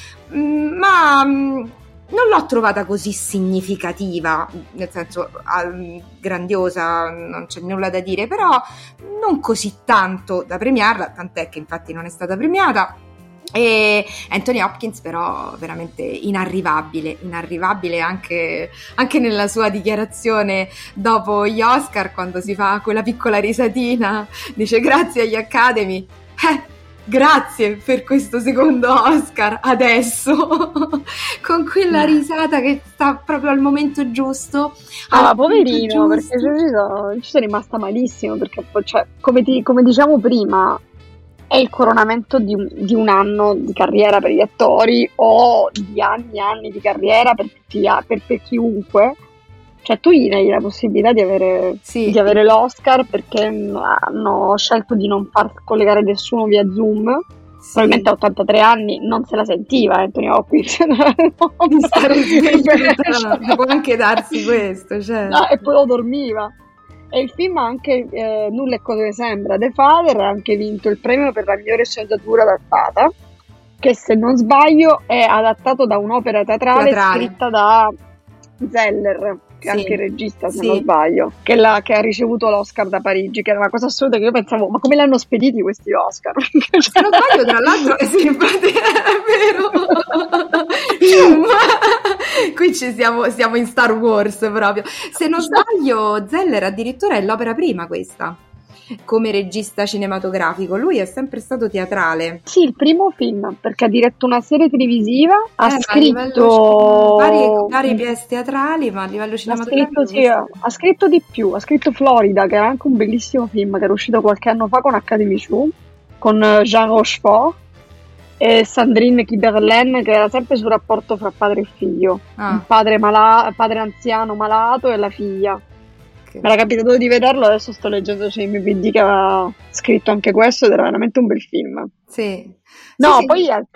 mh, ma mh, non l'ho trovata così significativa, nel senso um, grandiosa, non c'è nulla da dire, però non così tanto da premiarla, tant'è che infatti non è stata premiata. E Anthony Hopkins però veramente inarrivabile, inarrivabile anche, anche nella sua dichiarazione dopo gli Oscar, quando si fa quella piccola risatina, dice grazie agli Academy, eh grazie per questo secondo Oscar adesso, con quella risata che sta proprio al momento giusto. Ah, poverino, perché ci sono, ci sono rimasta malissimo, perché cioè, come, ti, come diciamo prima, è il coronamento di un, di un anno di carriera per gli attori o di anni e anni di carriera per, per, per chiunque. Cioè tu gli dai la possibilità di avere, sì. di avere l'Oscar, perché hanno scelto di non far collegare nessuno via Zoom. Sì. Probabilmente a ottantatré anni non se la sentiva Anthony Hopkins. Di stare sveglio, può anche darsi questo. Cioè. No, e poi lo dormiva. E il film anche eh, Nulla è come sembra, The Father, ha anche vinto il premio per la migliore sceneggiatura adattata, che se non sbaglio è adattato da un'opera teatrale Teatrali. scritta da Zeller, che è sì, anche il regista se sì. non sbaglio, che, la, che ha ricevuto l'Oscar da Parigi, che era una cosa assurda, che io pensavo ma come l'hanno spediti questi Oscar? Se non sbaglio, tra l'altro sì, infatti è vero. Ma qui ci siamo, siamo in Star Wars proprio. Se non sbaglio Zeller addirittura è l'opera prima questa come regista cinematografico, lui è sempre stato teatrale. Sì, il primo film, perché ha diretto una serie televisiva, eh, ha scritto livello, varie, varie pièce teatrali, ma a livello cinematografico ha scritto, sì, ha scritto di più, ha scritto Florida, che era anche un bellissimo film che era uscito qualche anno fa con Academy Show, con Jean Rochefort e Sandrine Kiberlen, che era sempre sul rapporto fra padre e figlio, ah. un padre, mala- padre anziano malato e la figlia. Mi era capitato di vederlo, adesso sto leggendo su I M D B che aveva scritto anche questo ed era veramente un bel film. Sì. No, sì, poi sì. altri,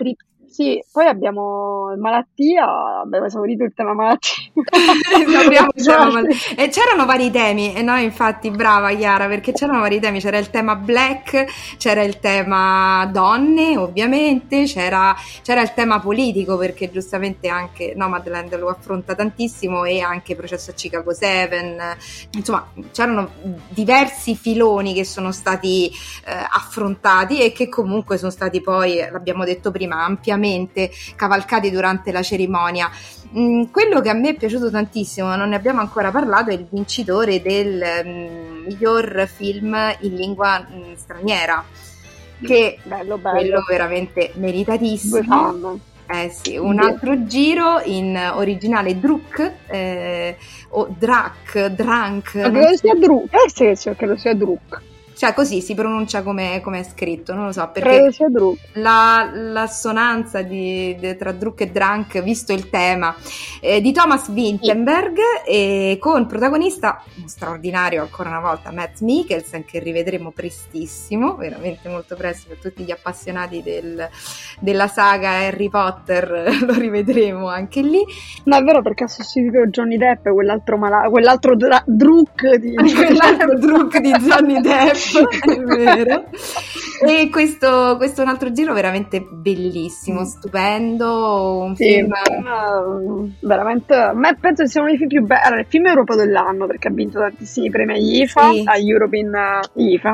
Sì, poi abbiamo malattia, abbiamo esaurito il tema malattia. Apriamo il tema mal- e c'erano vari temi, e noi infatti, brava Chiara, perché c'erano vari temi, c'era il tema black, c'era il tema donne ovviamente, c'era, c'era il tema politico, perché giustamente anche Nomadland lo affronta tantissimo, e anche Processo a Chicago sette, insomma c'erano diversi filoni che sono stati eh, affrontati e che comunque sono stati poi, l'abbiamo detto prima, ampiamente cavalcati durante la cerimonia. Mm, quello che a me è piaciuto tantissimo, non ne abbiamo ancora parlato, è il vincitore del mm, miglior film in lingua mm, straniera, che bello, bello. quello veramente meritatissimo. Eh sì, un altro giro in originale Druk eh, o Drak, Drank. Credo sia Druk, eh sì, sì, credo sia Druk. Cioè così si pronuncia come, come è scritto, non lo so, perché Credo sia Druk. La, l'assonanza di, di, tra Druk e Drank, visto il tema, eh, di Thomas Vinterberg, sì. E con protagonista un straordinario, ancora una volta, Mads Mikkelsen, che rivedremo prestissimo, veramente molto presto, per tutti gli appassionati del, della saga Harry Potter lo rivedremo anche lì. No, è vero, perché ha sostituito Johnny Depp, quell'altro, mala- quell'altro dra- Druk di quell'altro Druk di Johnny Depp. È vero. E questo, questo è un altro giro veramente bellissimo, stupendo, un sì, film uh, veramente, a me penso che sia uno dei film più belli. Allora, il film europeo dell'anno, perché ha vinto tantissimi premi agli I F A, sì. agli European uh, I F A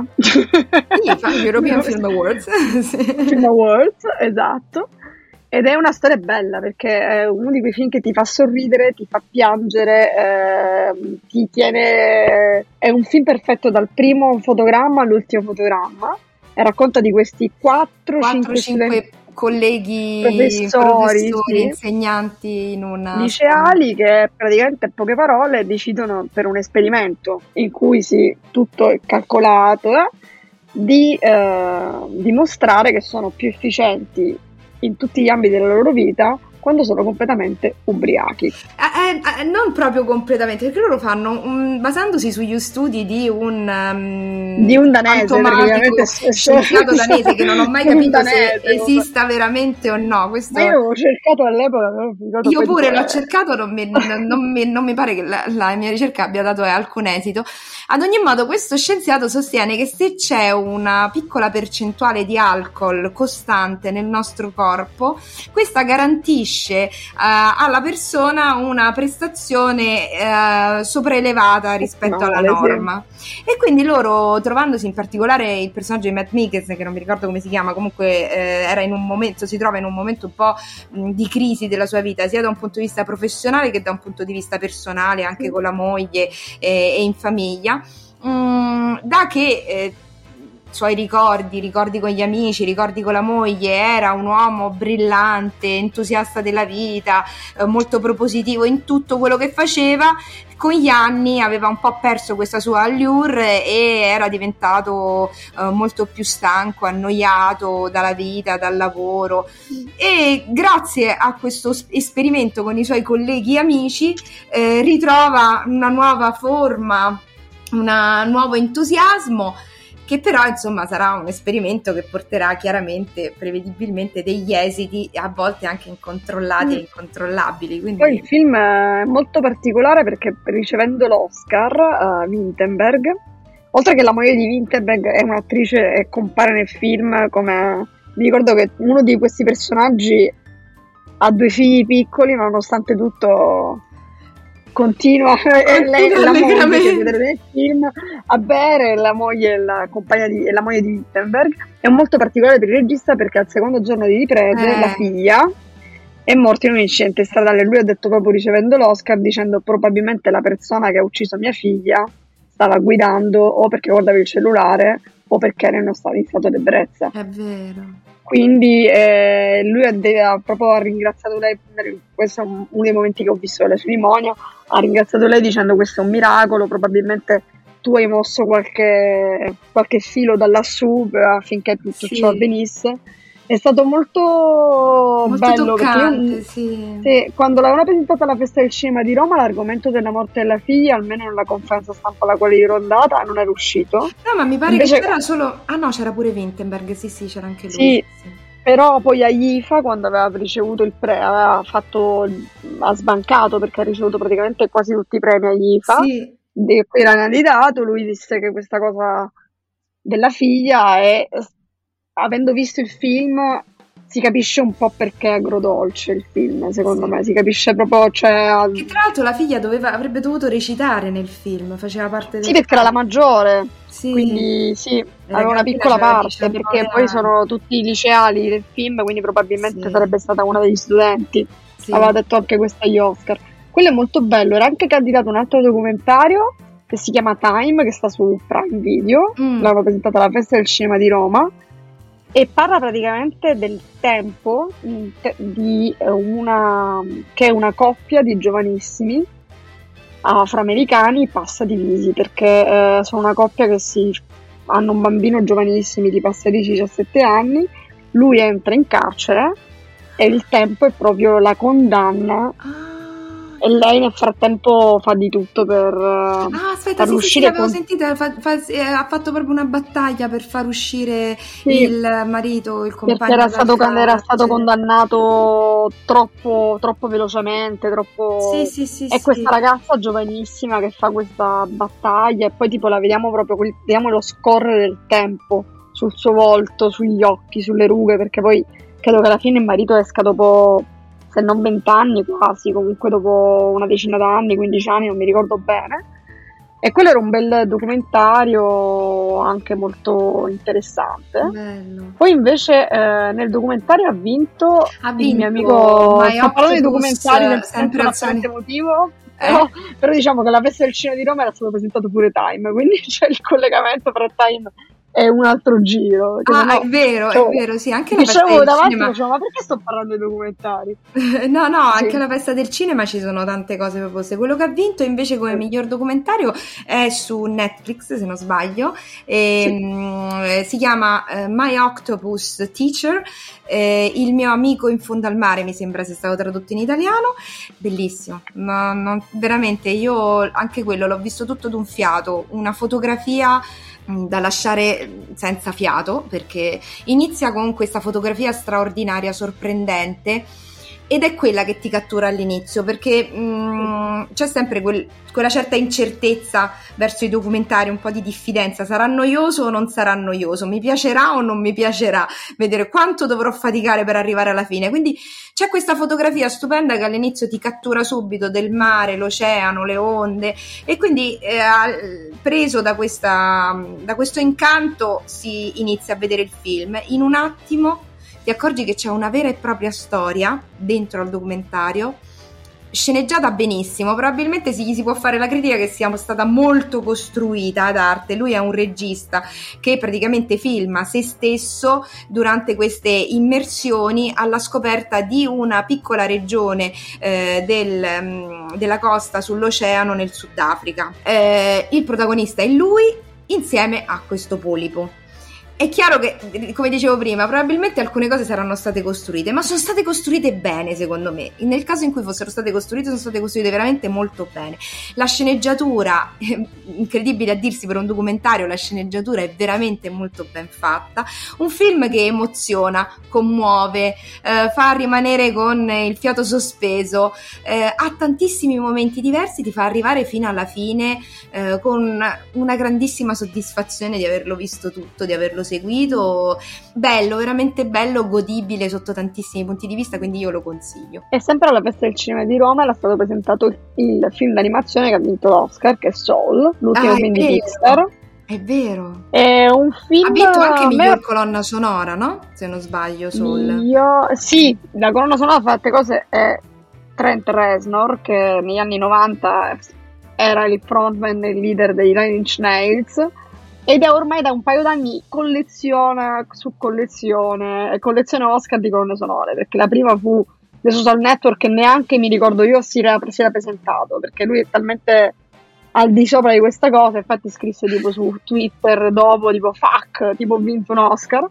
I F A, European Film Awards sì. Film Awards, esatto. Ed è una storia bella, perché è uno di quei film che ti fa sorridere, ti fa piangere, eh, ti tiene... È un film perfetto dal primo fotogramma all'ultimo fotogramma, e racconta di questi quattro cinque colleghi, professori, professori sì, insegnanti in una liceali, che praticamente, in poche parole, decidono, per un esperimento in cui si, tutto è calcolato, eh, di eh, dimostrare che sono più efficienti in tutti gli ambiti della loro vita quando sono completamente ubriachi. Eh, eh, non proprio completamente, perché loro fanno um, basandosi sugli studi di un um, di un danese, praticamente scienziato danese, che non ho mai capito danese, se esista veramente o no. Questo... Ma io l'ho cercato all'epoca, io pure l'ho cercato, non mi, non, mi, non mi pare che la, la mia ricerca abbia dato alcun esito. Ad ogni modo, questo scienziato sostiene che se c'è una piccola percentuale di alcol costante nel nostro corpo, questa garantisce Uh, alla persona una prestazione uh, sopraelevata rispetto alla norma, sì. E quindi loro, trovandosi in particolare il personaggio di Matt Mikkelsen, che non mi ricordo come si chiama, comunque eh, era in un momento, si trova in un momento un po' mh, di crisi della sua vita, sia da un punto di vista professionale che da un punto di vista personale, anche sì. con la moglie eh, e in famiglia, mm, da che eh, suoi ricordi, ricordi con gli amici, ricordi con la moglie, era un uomo brillante, entusiasta della vita, eh, molto propositivo in tutto quello che faceva. Con gli anni aveva un po' perso questa sua allure e era diventato eh, molto più stanco, annoiato dalla vita, dal lavoro, e grazie a questo esperimento con i suoi colleghi e amici eh, ritrova una nuova forma, un nuovo entusiasmo, che però insomma sarà un esperimento che porterà chiaramente, prevedibilmente, degli esiti a volte anche incontrollati mm. e incontrollabili. Quindi... Poi il film è molto particolare perché, ricevendo l'Oscar, uh, Vinterberg, oltre che la moglie di Vinterberg è un'attrice e compare nel film come... Mi ricordo che uno di questi personaggi ha due figli piccoli, ma nonostante tutto... continua e lei è la moglie che vedrete nel film a bere, la moglie è la compagna di, è la moglie di Wittenberg. È molto particolare per il regista perché al secondo giorno di riprese eh. la figlia è morta in un incidente stradale. Lui ha detto, proprio ricevendo l'Oscar, dicendo: probabilmente la persona che ha ucciso mia figlia stava guidando o perché guardava il cellulare o perché era in stato, in stato di ebbrezza. È vero. Quindi eh, lui ha, ha proprio ringraziato lei. Questo è uno dei momenti che ho visto alla cerimonia. Ha ringraziato lei dicendo: questo è un miracolo, probabilmente tu hai mosso qualche, qualche filo da lassù affinché tutto sì. ciò avvenisse. È stato molto, molto bello toccante, perché io, sì. Sì, quando l'avevano presentata alla Festa del Cinema di Roma, l'argomento della morte della figlia, almeno nella conferenza stampa alla quale ero andata, non era uscito. No, ma mi pare Invece... che c'era solo... Ah no, c'era pure Vinterberg, sì sì, c'era anche lui. Sì, sì. però poi a I F A, quando aveva ricevuto il premio, aveva fatto, ha sbancato perché ha ricevuto praticamente quasi tutti i premi a I F A, Sì. di cui era candidato, lui disse che questa cosa della figlia è, avendo visto il film, si capisce un po' perché è agrodolce il film, secondo Sì. me, si capisce proprio, cioè... Che tra l'altro la figlia doveva, avrebbe dovuto recitare nel film, faceva parte del... Sì, perché era la maggiore, Sì. quindi sì, La aveva una bambina piccola c'aveva parte, diciannove perché poi anni. sono tutti liceali del film, quindi probabilmente Sì. sarebbe stata una degli studenti. Sì. Aveva detto anche questo agli Oscar. Quello è molto bello, era anche candidato a un altro documentario che si chiama Time, che sta su Prime Video, Mm. l'hanno presentato alla Festa del Cinema di Roma, e parla praticamente del tempo in te- di eh, una che è una coppia di giovanissimi afroamericani passa divisi, perché eh, sono una coppia che si hanno un bambino giovanissimi di passadici diciassette anni, lui entra in carcere e il tempo è proprio la condanna Ah. e lei nel frattempo fa di tutto per eh, Ah, aspetta, farlo sì, sì, sì, uscire l'avevo con... sentita, fa- fa- eh, ha fatto proprio una battaglia per far uscire Sì, il marito, il compagno perché era dal stato, era stato carcere. condannato troppo, troppo velocemente, troppo... Sì, sì, sì, È sì. questa ragazza giovanissima che fa questa battaglia e poi tipo la vediamo proprio, quel- vediamo lo scorrere del tempo sul suo volto, sugli occhi, sulle rughe, perché poi credo che alla fine il marito esca dopo, se non vent'anni quasi, comunque dopo una decina d'anni, quindici anni, non mi ricordo bene. E quello era un bel documentario anche molto interessante. Bello. Poi invece eh, nel documentario ha vinto, Ha il vinto mio amico, My sto parlando di Octopus, documentari del sempre sempre al solito. apparente motivo, Eh? però, però diciamo che la Festa del Cinema di Roma era stato presentato pure Time, quindi c'è il collegamento tra Time e un altro giro. Che Ah, sennò, è vero, cioè, è vero, sì, anche la festa dicevo del davanti, cinema. facevo, ma perché sto parlando di documentari? No, no, Sì. anche alla festa del cinema ci sono tante cose proposte. Quello che ha vinto invece come Sì. miglior documentario è su Netflix, se non sbaglio, e, Sì. mm, si chiama eh, My Octopus Teacher, eh, il mio amico in fondo al mare, mi sembra sia stato tradotto in italiano. Bellissimo, no, no, veramente, io anche quello l'ho visto tutto d'un fiato, una fotografia da lasciare senza fiato, perché inizia con questa fotografia straordinaria, sorprendente, ed è quella che ti cattura all'inizio, perché mh, c'è sempre quel, quella certa incertezza verso i documentari, un po' di diffidenza, sarà noioso o non sarà noioso, mi piacerà o non mi piacerà, vedere quanto dovrò faticare per arrivare alla fine. Quindi c'è questa fotografia stupenda che all'inizio ti cattura subito, del mare, l'oceano, le onde, e quindi eh, preso da, questa, da questo incanto si inizia a vedere il film. In un attimo ti accorgi che c'è una vera e propria storia dentro al documentario, sceneggiata benissimo. Probabilmente si, si può fare la critica che sia stata molto costruita ad arte. Lui è un regista che praticamente filma se stesso durante queste immersioni alla scoperta di una piccola regione eh, del, della costa sull'oceano nel Sudafrica. Eh, il protagonista è lui insieme a questo polipo. È chiaro che, come dicevo prima, probabilmente alcune cose saranno state costruite, ma sono state costruite bene, secondo me. Nel caso in cui fossero state costruite, sono state costruite veramente molto bene. La sceneggiatura, incredibile a dirsi per un documentario, la sceneggiatura è veramente molto ben fatta. Un film che emoziona, commuove, eh, fa rimanere con il fiato sospeso, eh, ha tantissimi momenti diversi, ti fa arrivare fino alla fine eh, con una grandissima soddisfazione di averlo visto tutto, di averlo seguito. Bello, veramente bello, godibile sotto tantissimi punti di vista, quindi io lo consiglio. E sempre alla Festa del Cinema di Roma era stato presentato il film d'animazione che ha vinto l'Oscar, che è Soul, l'ultimo Ah, film è di vero. Pixar. È vero. È un film... Ha vinto anche a miglior me- colonna sonora, no? Se non sbaglio, Soul. Io... Sì, la colonna sonora fa tante cose, è Trent Reznor, che negli anni novanta era il frontman e il leader dei Nine Inch Nails, ed è ormai da un paio d'anni colleziona su collezione e collezione Oscar di colonne sonore, perché la prima fu The Social Network, che neanche mi ricordo io si era, si era presentato, perché lui è talmente al di sopra di questa cosa. Infatti scrisse tipo su Twitter dopo, tipo fuck, tipo ho vinto un Oscar.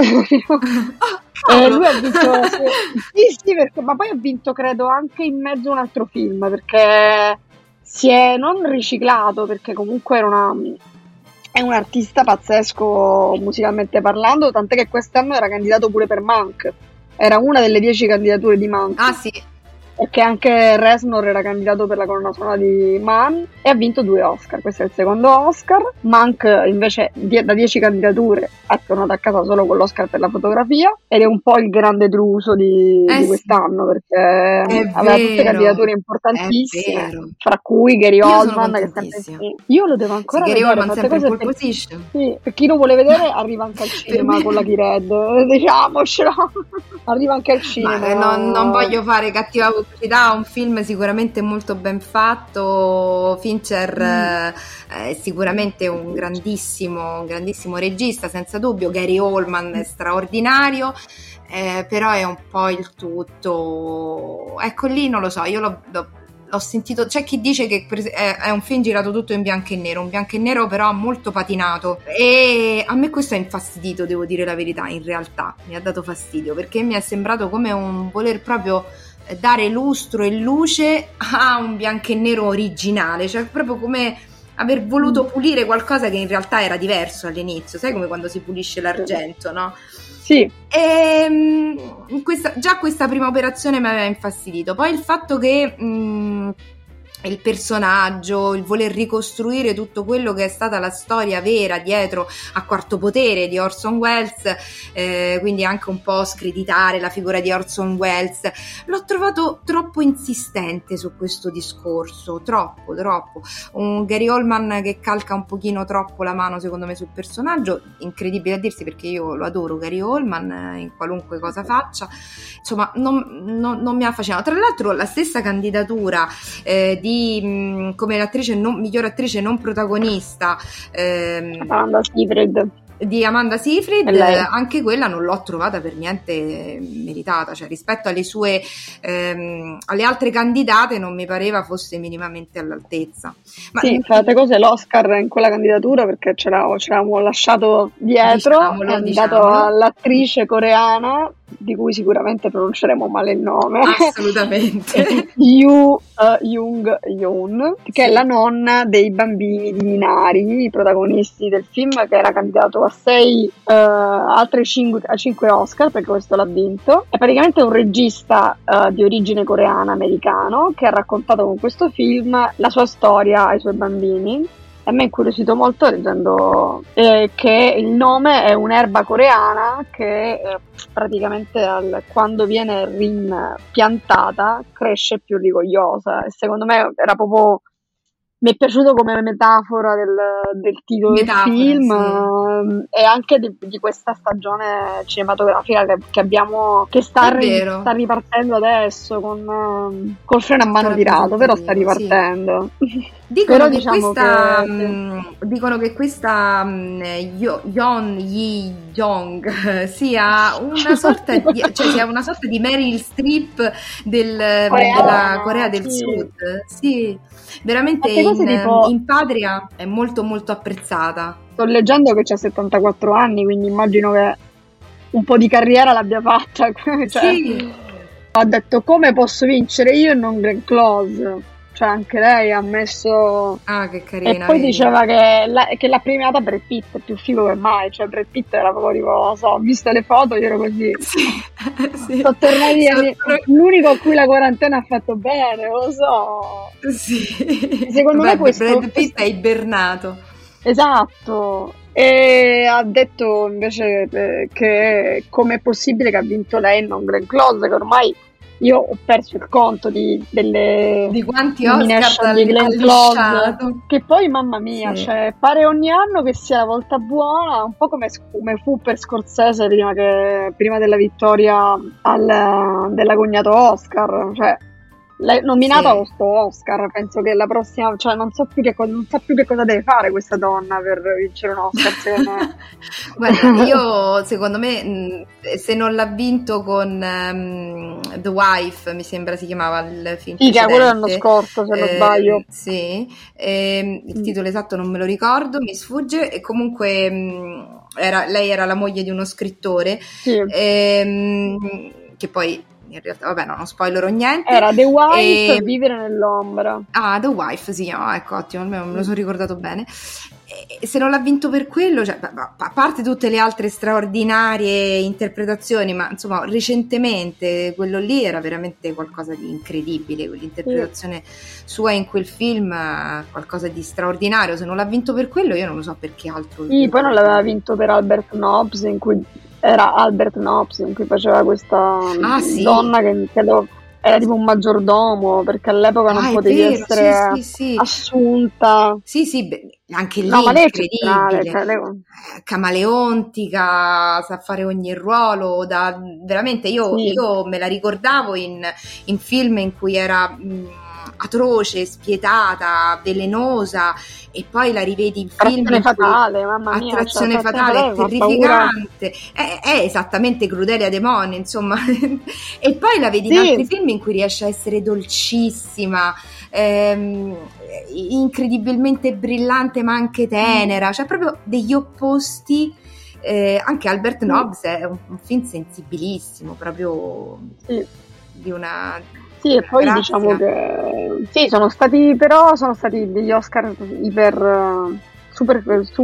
E lui ha vinto, sì, sì, perché, ma poi ha vinto credo anche in mezzo a un altro film, perché si è non riciclato, perché comunque era una, è un artista pazzesco musicalmente parlando, tant'è che quest'anno era candidato pure per Mank, era una delle dieci candidature di Mank. Ah sì. Perché anche Reznor era candidato per la colonna sonora di Man e ha vinto due Oscar, questo è il secondo Oscar. Mank invece die- da dieci candidature è tornato a casa solo con l'Oscar per la fotografia ed è un po' il grande deluso di, Eh di sì. quest'anno, perché È aveva tutte vero, candidature è importantissime, vero. fra cui Gary Io sono Oldman che è sempre contentissima. sì. Io lo devo Sì, ancora Gary vedere, Oldman fate sempre in cose pole per... position. Sì, per chi lo vuole vedere arriva anche al Per cinema me- con la T-Red, diciamocelo, arriva anche al cinema. Ma eh, non, non voglio fare cattiva pubblicità, un film sicuramente molto ben fatto. Fincher eh, è sicuramente un grandissimo, un grandissimo regista, senza dubbio. Gary Oldman è straordinario, eh, però è un po' il tutto. Ecco, lì non lo so, io l'ho, l'ho, l'ho sentito. C'è chi dice che per es- è, è un film girato tutto in bianco e nero, un bianco e nero però molto patinato, e a me questo ha infastidito, devo dire la verità. In realtà mi ha dato fastidio, perché mi è sembrato come un voler proprio dare lustro e luce a un bianco e nero originale, cioè proprio come aver voluto pulire qualcosa che in realtà era diverso all'inizio, sai, come quando si pulisce l'argento, no? Sì. E mh, questa, già questa prima operazione mi aveva infastidito. Poi il fatto che mh, il personaggio, il voler ricostruire tutto quello che è stata la storia vera dietro a Quarto Potere di Orson Welles, eh, quindi anche un po' screditare la figura di Orson Welles, l'ho trovato troppo insistente su questo discorso, troppo, troppo. Un Gary Oldman che calca un pochino troppo la mano, secondo me, sul personaggio, incredibile a dirsi, perché io lo adoro Gary Oldman, eh, in qualunque cosa faccia, insomma, non, non, non mi ha affascinato. Tra l'altro la stessa candidatura eh, di Di, mh, come l'attrice non, miglior attrice non protagonista ehm, Amanda Seyfried. di Amanda Seyfried, E lei? anche quella non l'ho trovata per niente meritata, cioè rispetto alle sue ehm, alle altre candidate non mi pareva fosse minimamente all'altezza. Ma Sì, fate cose l'Oscar in quella candidatura perché ce l'avevamo, ce l'avevamo lasciato dietro, Diciamolo, è andato diciamolo. all'attrice coreana di cui sicuramente pronunceremo male il nome, assolutamente. Yoo uh, Jung Yoon, che Sì. è la nonna dei bambini di Minari, i protagonisti del film, che era candidato a sei uh, altre cinque, a cinque Oscar, perché questo l'ha vinto. È praticamente un regista uh, di origine coreana americano che ha raccontato con questo film la sua storia ai suoi bambini. A me è incuriosito molto leggendo eh, che il nome è un'erba coreana che eh, praticamente al, quando viene rimpiantata cresce più rigogliosa, e secondo me era proprio, mi è piaciuto come metafora del, del titolo Metafora, del film, sì. eh, e anche di, di questa stagione cinematografica che, che abbiamo, che sta, È ri- vero. sta ripartendo adesso con, eh, col freno a mano Sta tirato, però sta rappresentativo, sì. ripartendo. Dicono Però che diciamo questa che- mh, dicono che questa mh, Yo- Yeon Yi Jong sia una sorta di, cioè sia una sorta di Meryl Streep del, Coreana, della Corea del sì. Sud. Sì, veramente Fatte cose in, tipo- in patria è molto molto apprezzata. Sto leggendo che c'ha settantaquattro anni, quindi immagino che un po' di carriera l'abbia fatta. Cioè, Sì. ha detto: come posso vincere io e non Glenn Close? Cioè anche lei ha messo... Ah, che carina. E poi vedi? diceva che, la, che l'ha premiata Brad Pitt, più figo che mai. Cioè Brad Pitt era proprio tipo, non so, ho visto le foto, io ero così. Sì. Sì. Sono tornati Sono- anni- l'unico a cui la quarantena ha fatto bene, lo so. Sì. Secondo me Beh, questo- Brad Pitt questo- è ibernato. Esatto, e ha detto invece eh, che come è possibile che ha vinto lei e non Glenn Close, che ormai io ho perso il conto di, delle Di quanti nomination Oscar di Glenn ha Close, lisciato. che poi mamma mia, Sì. cioè, pare ogni anno che sia la volta buona, un po' come, come fu per Scorsese prima, che, prima della vittoria al, dell'agognato Oscar, cioè lei nominata Sì. a sto Oscar, penso che la prossima, cioè non so più che cosa, non so più che cosa deve fare questa donna per vincere un Oscar, secondo me. Guarda, io secondo me mh, se non l'ha vinto con um, The Wife, mi sembra si chiamava il film Sì, che è quello precedente. dell'anno scorso, se non Eh, sbaglio. Sì, ehm, il Mm. titolo esatto non me lo ricordo, mi sfugge, e comunque mh, era, lei era la moglie di uno scrittore, Sì. ehm, che poi in realtà, vabbè, no, non spoilerò niente. Era The Wife, e... Vivere nell'ombra. Ah, The Wife si chiama, ecco, ottimo, almeno me lo sono ricordato bene. E se non l'ha vinto per quello, cioè, a parte tutte le altre straordinarie interpretazioni, ma insomma recentemente quello lì era veramente qualcosa di incredibile, quell'interpretazione sì. sua in quel film, qualcosa di straordinario. Se non l'ha vinto per quello, io non lo so perché altro. Sì, poi non l'aveva vinto per Albert Nobbs, in cui era Albert Nobbs, in cui faceva questa ah, sì. donna che credo era tipo un maggiordomo, perché all'epoca non ah, potevi vero, essere sì, sì, sì. assunta. Sì, sì, beh, anche lì no, ma lei è incredibile, cioè, lei... camaleontica, sa fare ogni ruolo, da, veramente io, sì. io me la ricordavo in, in film in cui era mh, atroce, spietata, velenosa, e poi la rivedi in film Attrazione fatale, mamma mia, attrazione cioè, fatale, terrificante, è, è esattamente Crudelia Demone, insomma. E poi la vedi sì. in altri film in cui riesce a essere dolcissima, ehm, incredibilmente brillante ma anche tenera, cioè proprio degli opposti. Eh, anche Albert Nobbs è un, un film sensibilissimo, proprio sì. di una... Sì, e poi Grazie. diciamo che sì, sono stati però sono stati degli Oscar iper super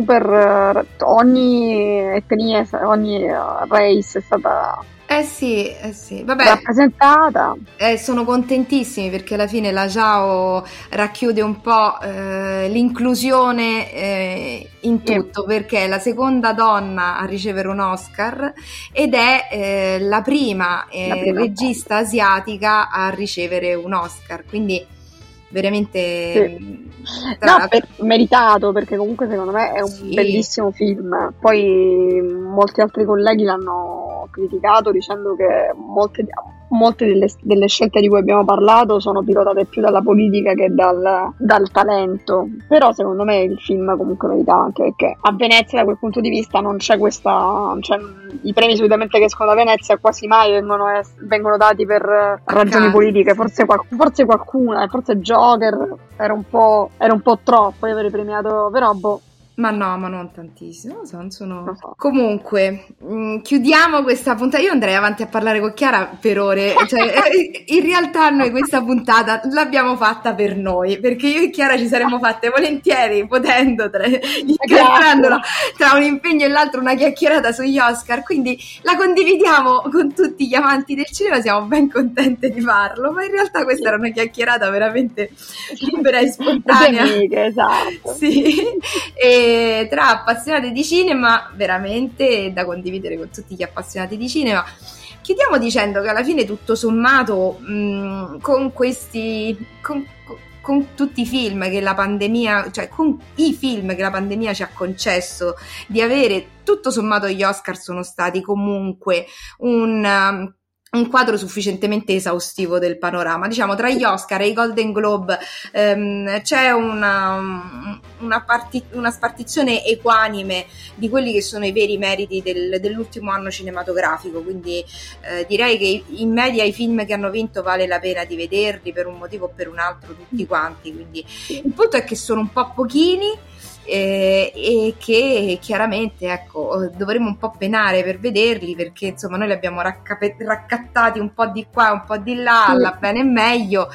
super ogni etnia, ogni race è stata Eh sì, eh sì, vabbè, rappresentata. Eh, sono contentissimi perché alla fine la Zhao racchiude un po' eh, l'inclusione eh, in tutto, sì. perché è la seconda donna a ricevere un Oscar ed è eh, la prima, eh, la prima regista asiatica a ricevere un Oscar, quindi veramente sì. tra... no, per, meritato, perché comunque secondo me è un sì. bellissimo film. Poi molti altri colleghi l'hanno criticato dicendo che molte, molte delle, delle scelte di cui abbiamo parlato sono pilotate più dalla politica che dal, dal talento, però secondo me il film comunque merita, anche perché a Venezia da quel punto di vista non c'è questa, cioè, i premi solitamente che escono da Venezia quasi mai vengono, vengono dati per ragioni politiche, forse, forse qualcuna, forse Joker era un po', era un po' troppo di aver premiato, però boh. Ma no, ma non tantissimo, non so, non sono... non so. Comunque, mh, chiudiamo questa puntata. Io andrei avanti a parlare con Chiara per ore, cioè, in realtà noi questa puntata l'abbiamo fatta per noi, perché io e Chiara ci saremmo fatte volentieri, potendo, tra, incastrandolo tra un impegno e l'altro, una chiacchierata sugli Oscar, quindi la condividiamo con tutti gli amanti del cinema, siamo ben contente di farlo, ma in realtà questa era una chiacchierata veramente libera e spontanea. Amiche, esatto. Sì, e tra appassionati di cinema, veramente da condividere con tutti gli appassionati di cinema. Chiudiamo dicendo che alla fine, tutto sommato, mh, con questi con, con tutti i film che la pandemia, cioè con i film che la pandemia ci ha concesso di avere, tutto sommato gli Oscar sono stati comunque un um, un quadro sufficientemente esaustivo del panorama. Diciamo, tra gli Oscar e i Golden Globe ehm, c'è una, una, parti, una spartizione equanime di quelli che sono i veri meriti del, dell'ultimo anno cinematografico, quindi eh, direi che in media i film che hanno vinto vale la pena di vederli per un motivo o per un altro tutti quanti, quindi il punto è che sono un po' pochini, Eh, e che chiaramente, ecco, dovremo un po' penare per vederli, perché insomma noi li abbiamo raccape- raccattati un po' di qua, un po' di là, alla bene e meglio,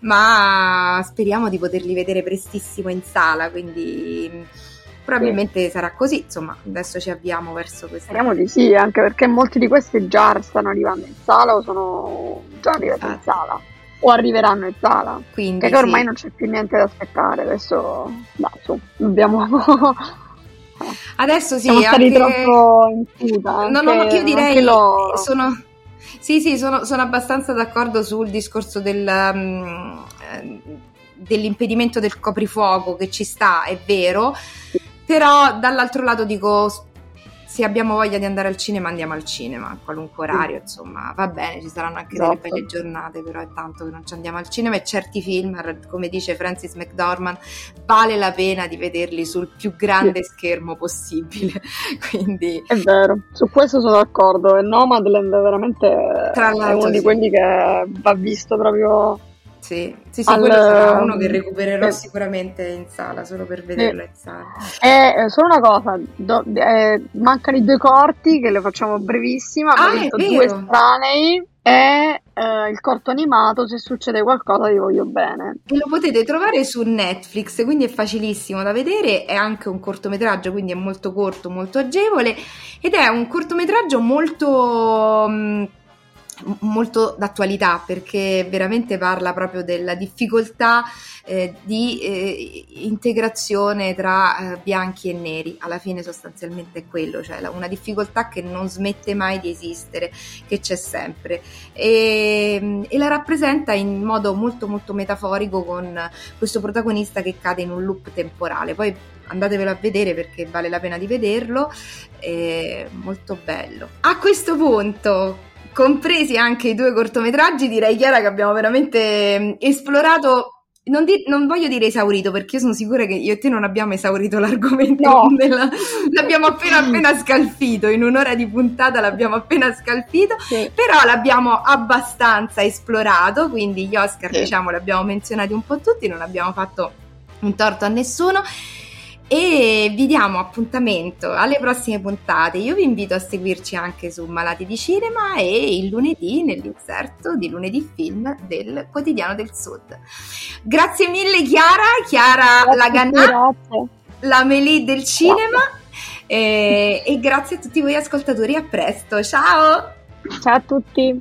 ma speriamo di poterli vedere prestissimo in sala, quindi probabilmente sì. sarà così, insomma adesso ci avviamo verso questo. Speriamo di sì, anche perché molti di questi già stanno arrivando in sala o sono già arrivati ah. in sala o arriveranno in sala, quindi che ormai sì. non c'è più niente da aspettare, adesso no, su, dobbiamo adesso sì, siamo stati anche... troppo in fuga, anche, no, no, ma io direi lo... sono sì sì sono, sono abbastanza d'accordo sul discorso del um, dell'impedimento del coprifuoco, che ci sta, è vero, però dall'altro lato dico, se abbiamo voglia di andare al cinema andiamo al cinema a qualunque orario, insomma va bene, ci saranno anche esatto. delle belle giornate, però è tanto che non ci andiamo al cinema, e certi film, come dice Frances McDormand, vale la pena di vederli sul più grande sì. schermo possibile. Quindi è vero, su questo sono d'accordo, e Nomadland veramente tra è uno sì. di quelli che va visto proprio. Sì, sì, sì, Al... quello sarà uno che recupererò eh. sicuramente in sala, solo per vederlo eh. in sala. Eh, solo una cosa, do, eh, mancano i due corti, che le facciamo brevissima, ah, abbiamo visto due estranei, e eh, il corto animato Se succede qualcosa ti voglio bene. E lo potete trovare su Netflix, quindi è facilissimo da vedere, è anche un cortometraggio, quindi è molto corto, molto agevole, ed è un cortometraggio molto... Mh, molto d'attualità, perché veramente parla proprio della difficoltà eh, di eh, integrazione tra eh, bianchi e neri. Alla fine sostanzialmente è quello, cioè la, una difficoltà che non smette mai di esistere, che c'è sempre, e, e la rappresenta in modo molto molto metaforico, con questo protagonista che cade in un loop temporale. Poi andatevelo a vedere perché vale la pena di vederlo, è molto bello. A questo punto, compresi anche i due cortometraggi, direi, Chiara, che abbiamo veramente esplorato, non, di, non voglio dire esaurito, perché io sono sicura che io e te non abbiamo esaurito l'argomento, no. nella, l'abbiamo appena appena scalfito, in un'ora di puntata l'abbiamo appena scalfito, sì. Però l'abbiamo abbastanza esplorato, quindi gli Oscar, sì, diciamo, li abbiamo menzionati un po' tutti, non abbiamo fatto un torto a nessuno. E vi diamo appuntamento alle prossime puntate. Io vi invito a seguirci anche su Malati di Cinema e il lunedì nell'inserto di Lunedì Film del Quotidiano del Sud. Grazie mille Chiara, Chiara Laganà, la Melì del cinema, e, e grazie a tutti voi ascoltatori, a presto, ciao! Ciao a tutti!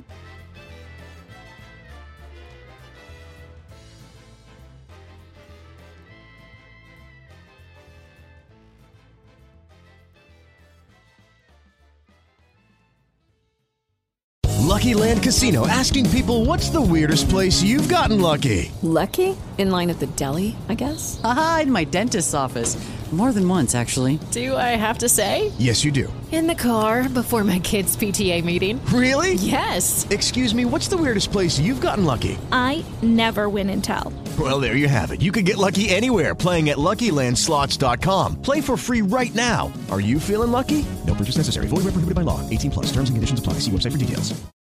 Lucky Land Casino, asking people, what's the weirdest place you've gotten lucky? Lucky? In line at the deli, I guess? Aha, in my dentist's office. More than once, actually. Do I have to say? Yes, you do. In the car before my kids' P T A meeting. Really? Yes. Excuse me, what's the weirdest place you've gotten lucky? I never win and tell. Well, there you have it. You can get lucky anywhere, playing at Lucky Land Slots dot com. Play for free right now. Are you feeling lucky? No purchase necessary. Void where prohibited by law. eighteen plus. Terms and conditions apply. See website for details.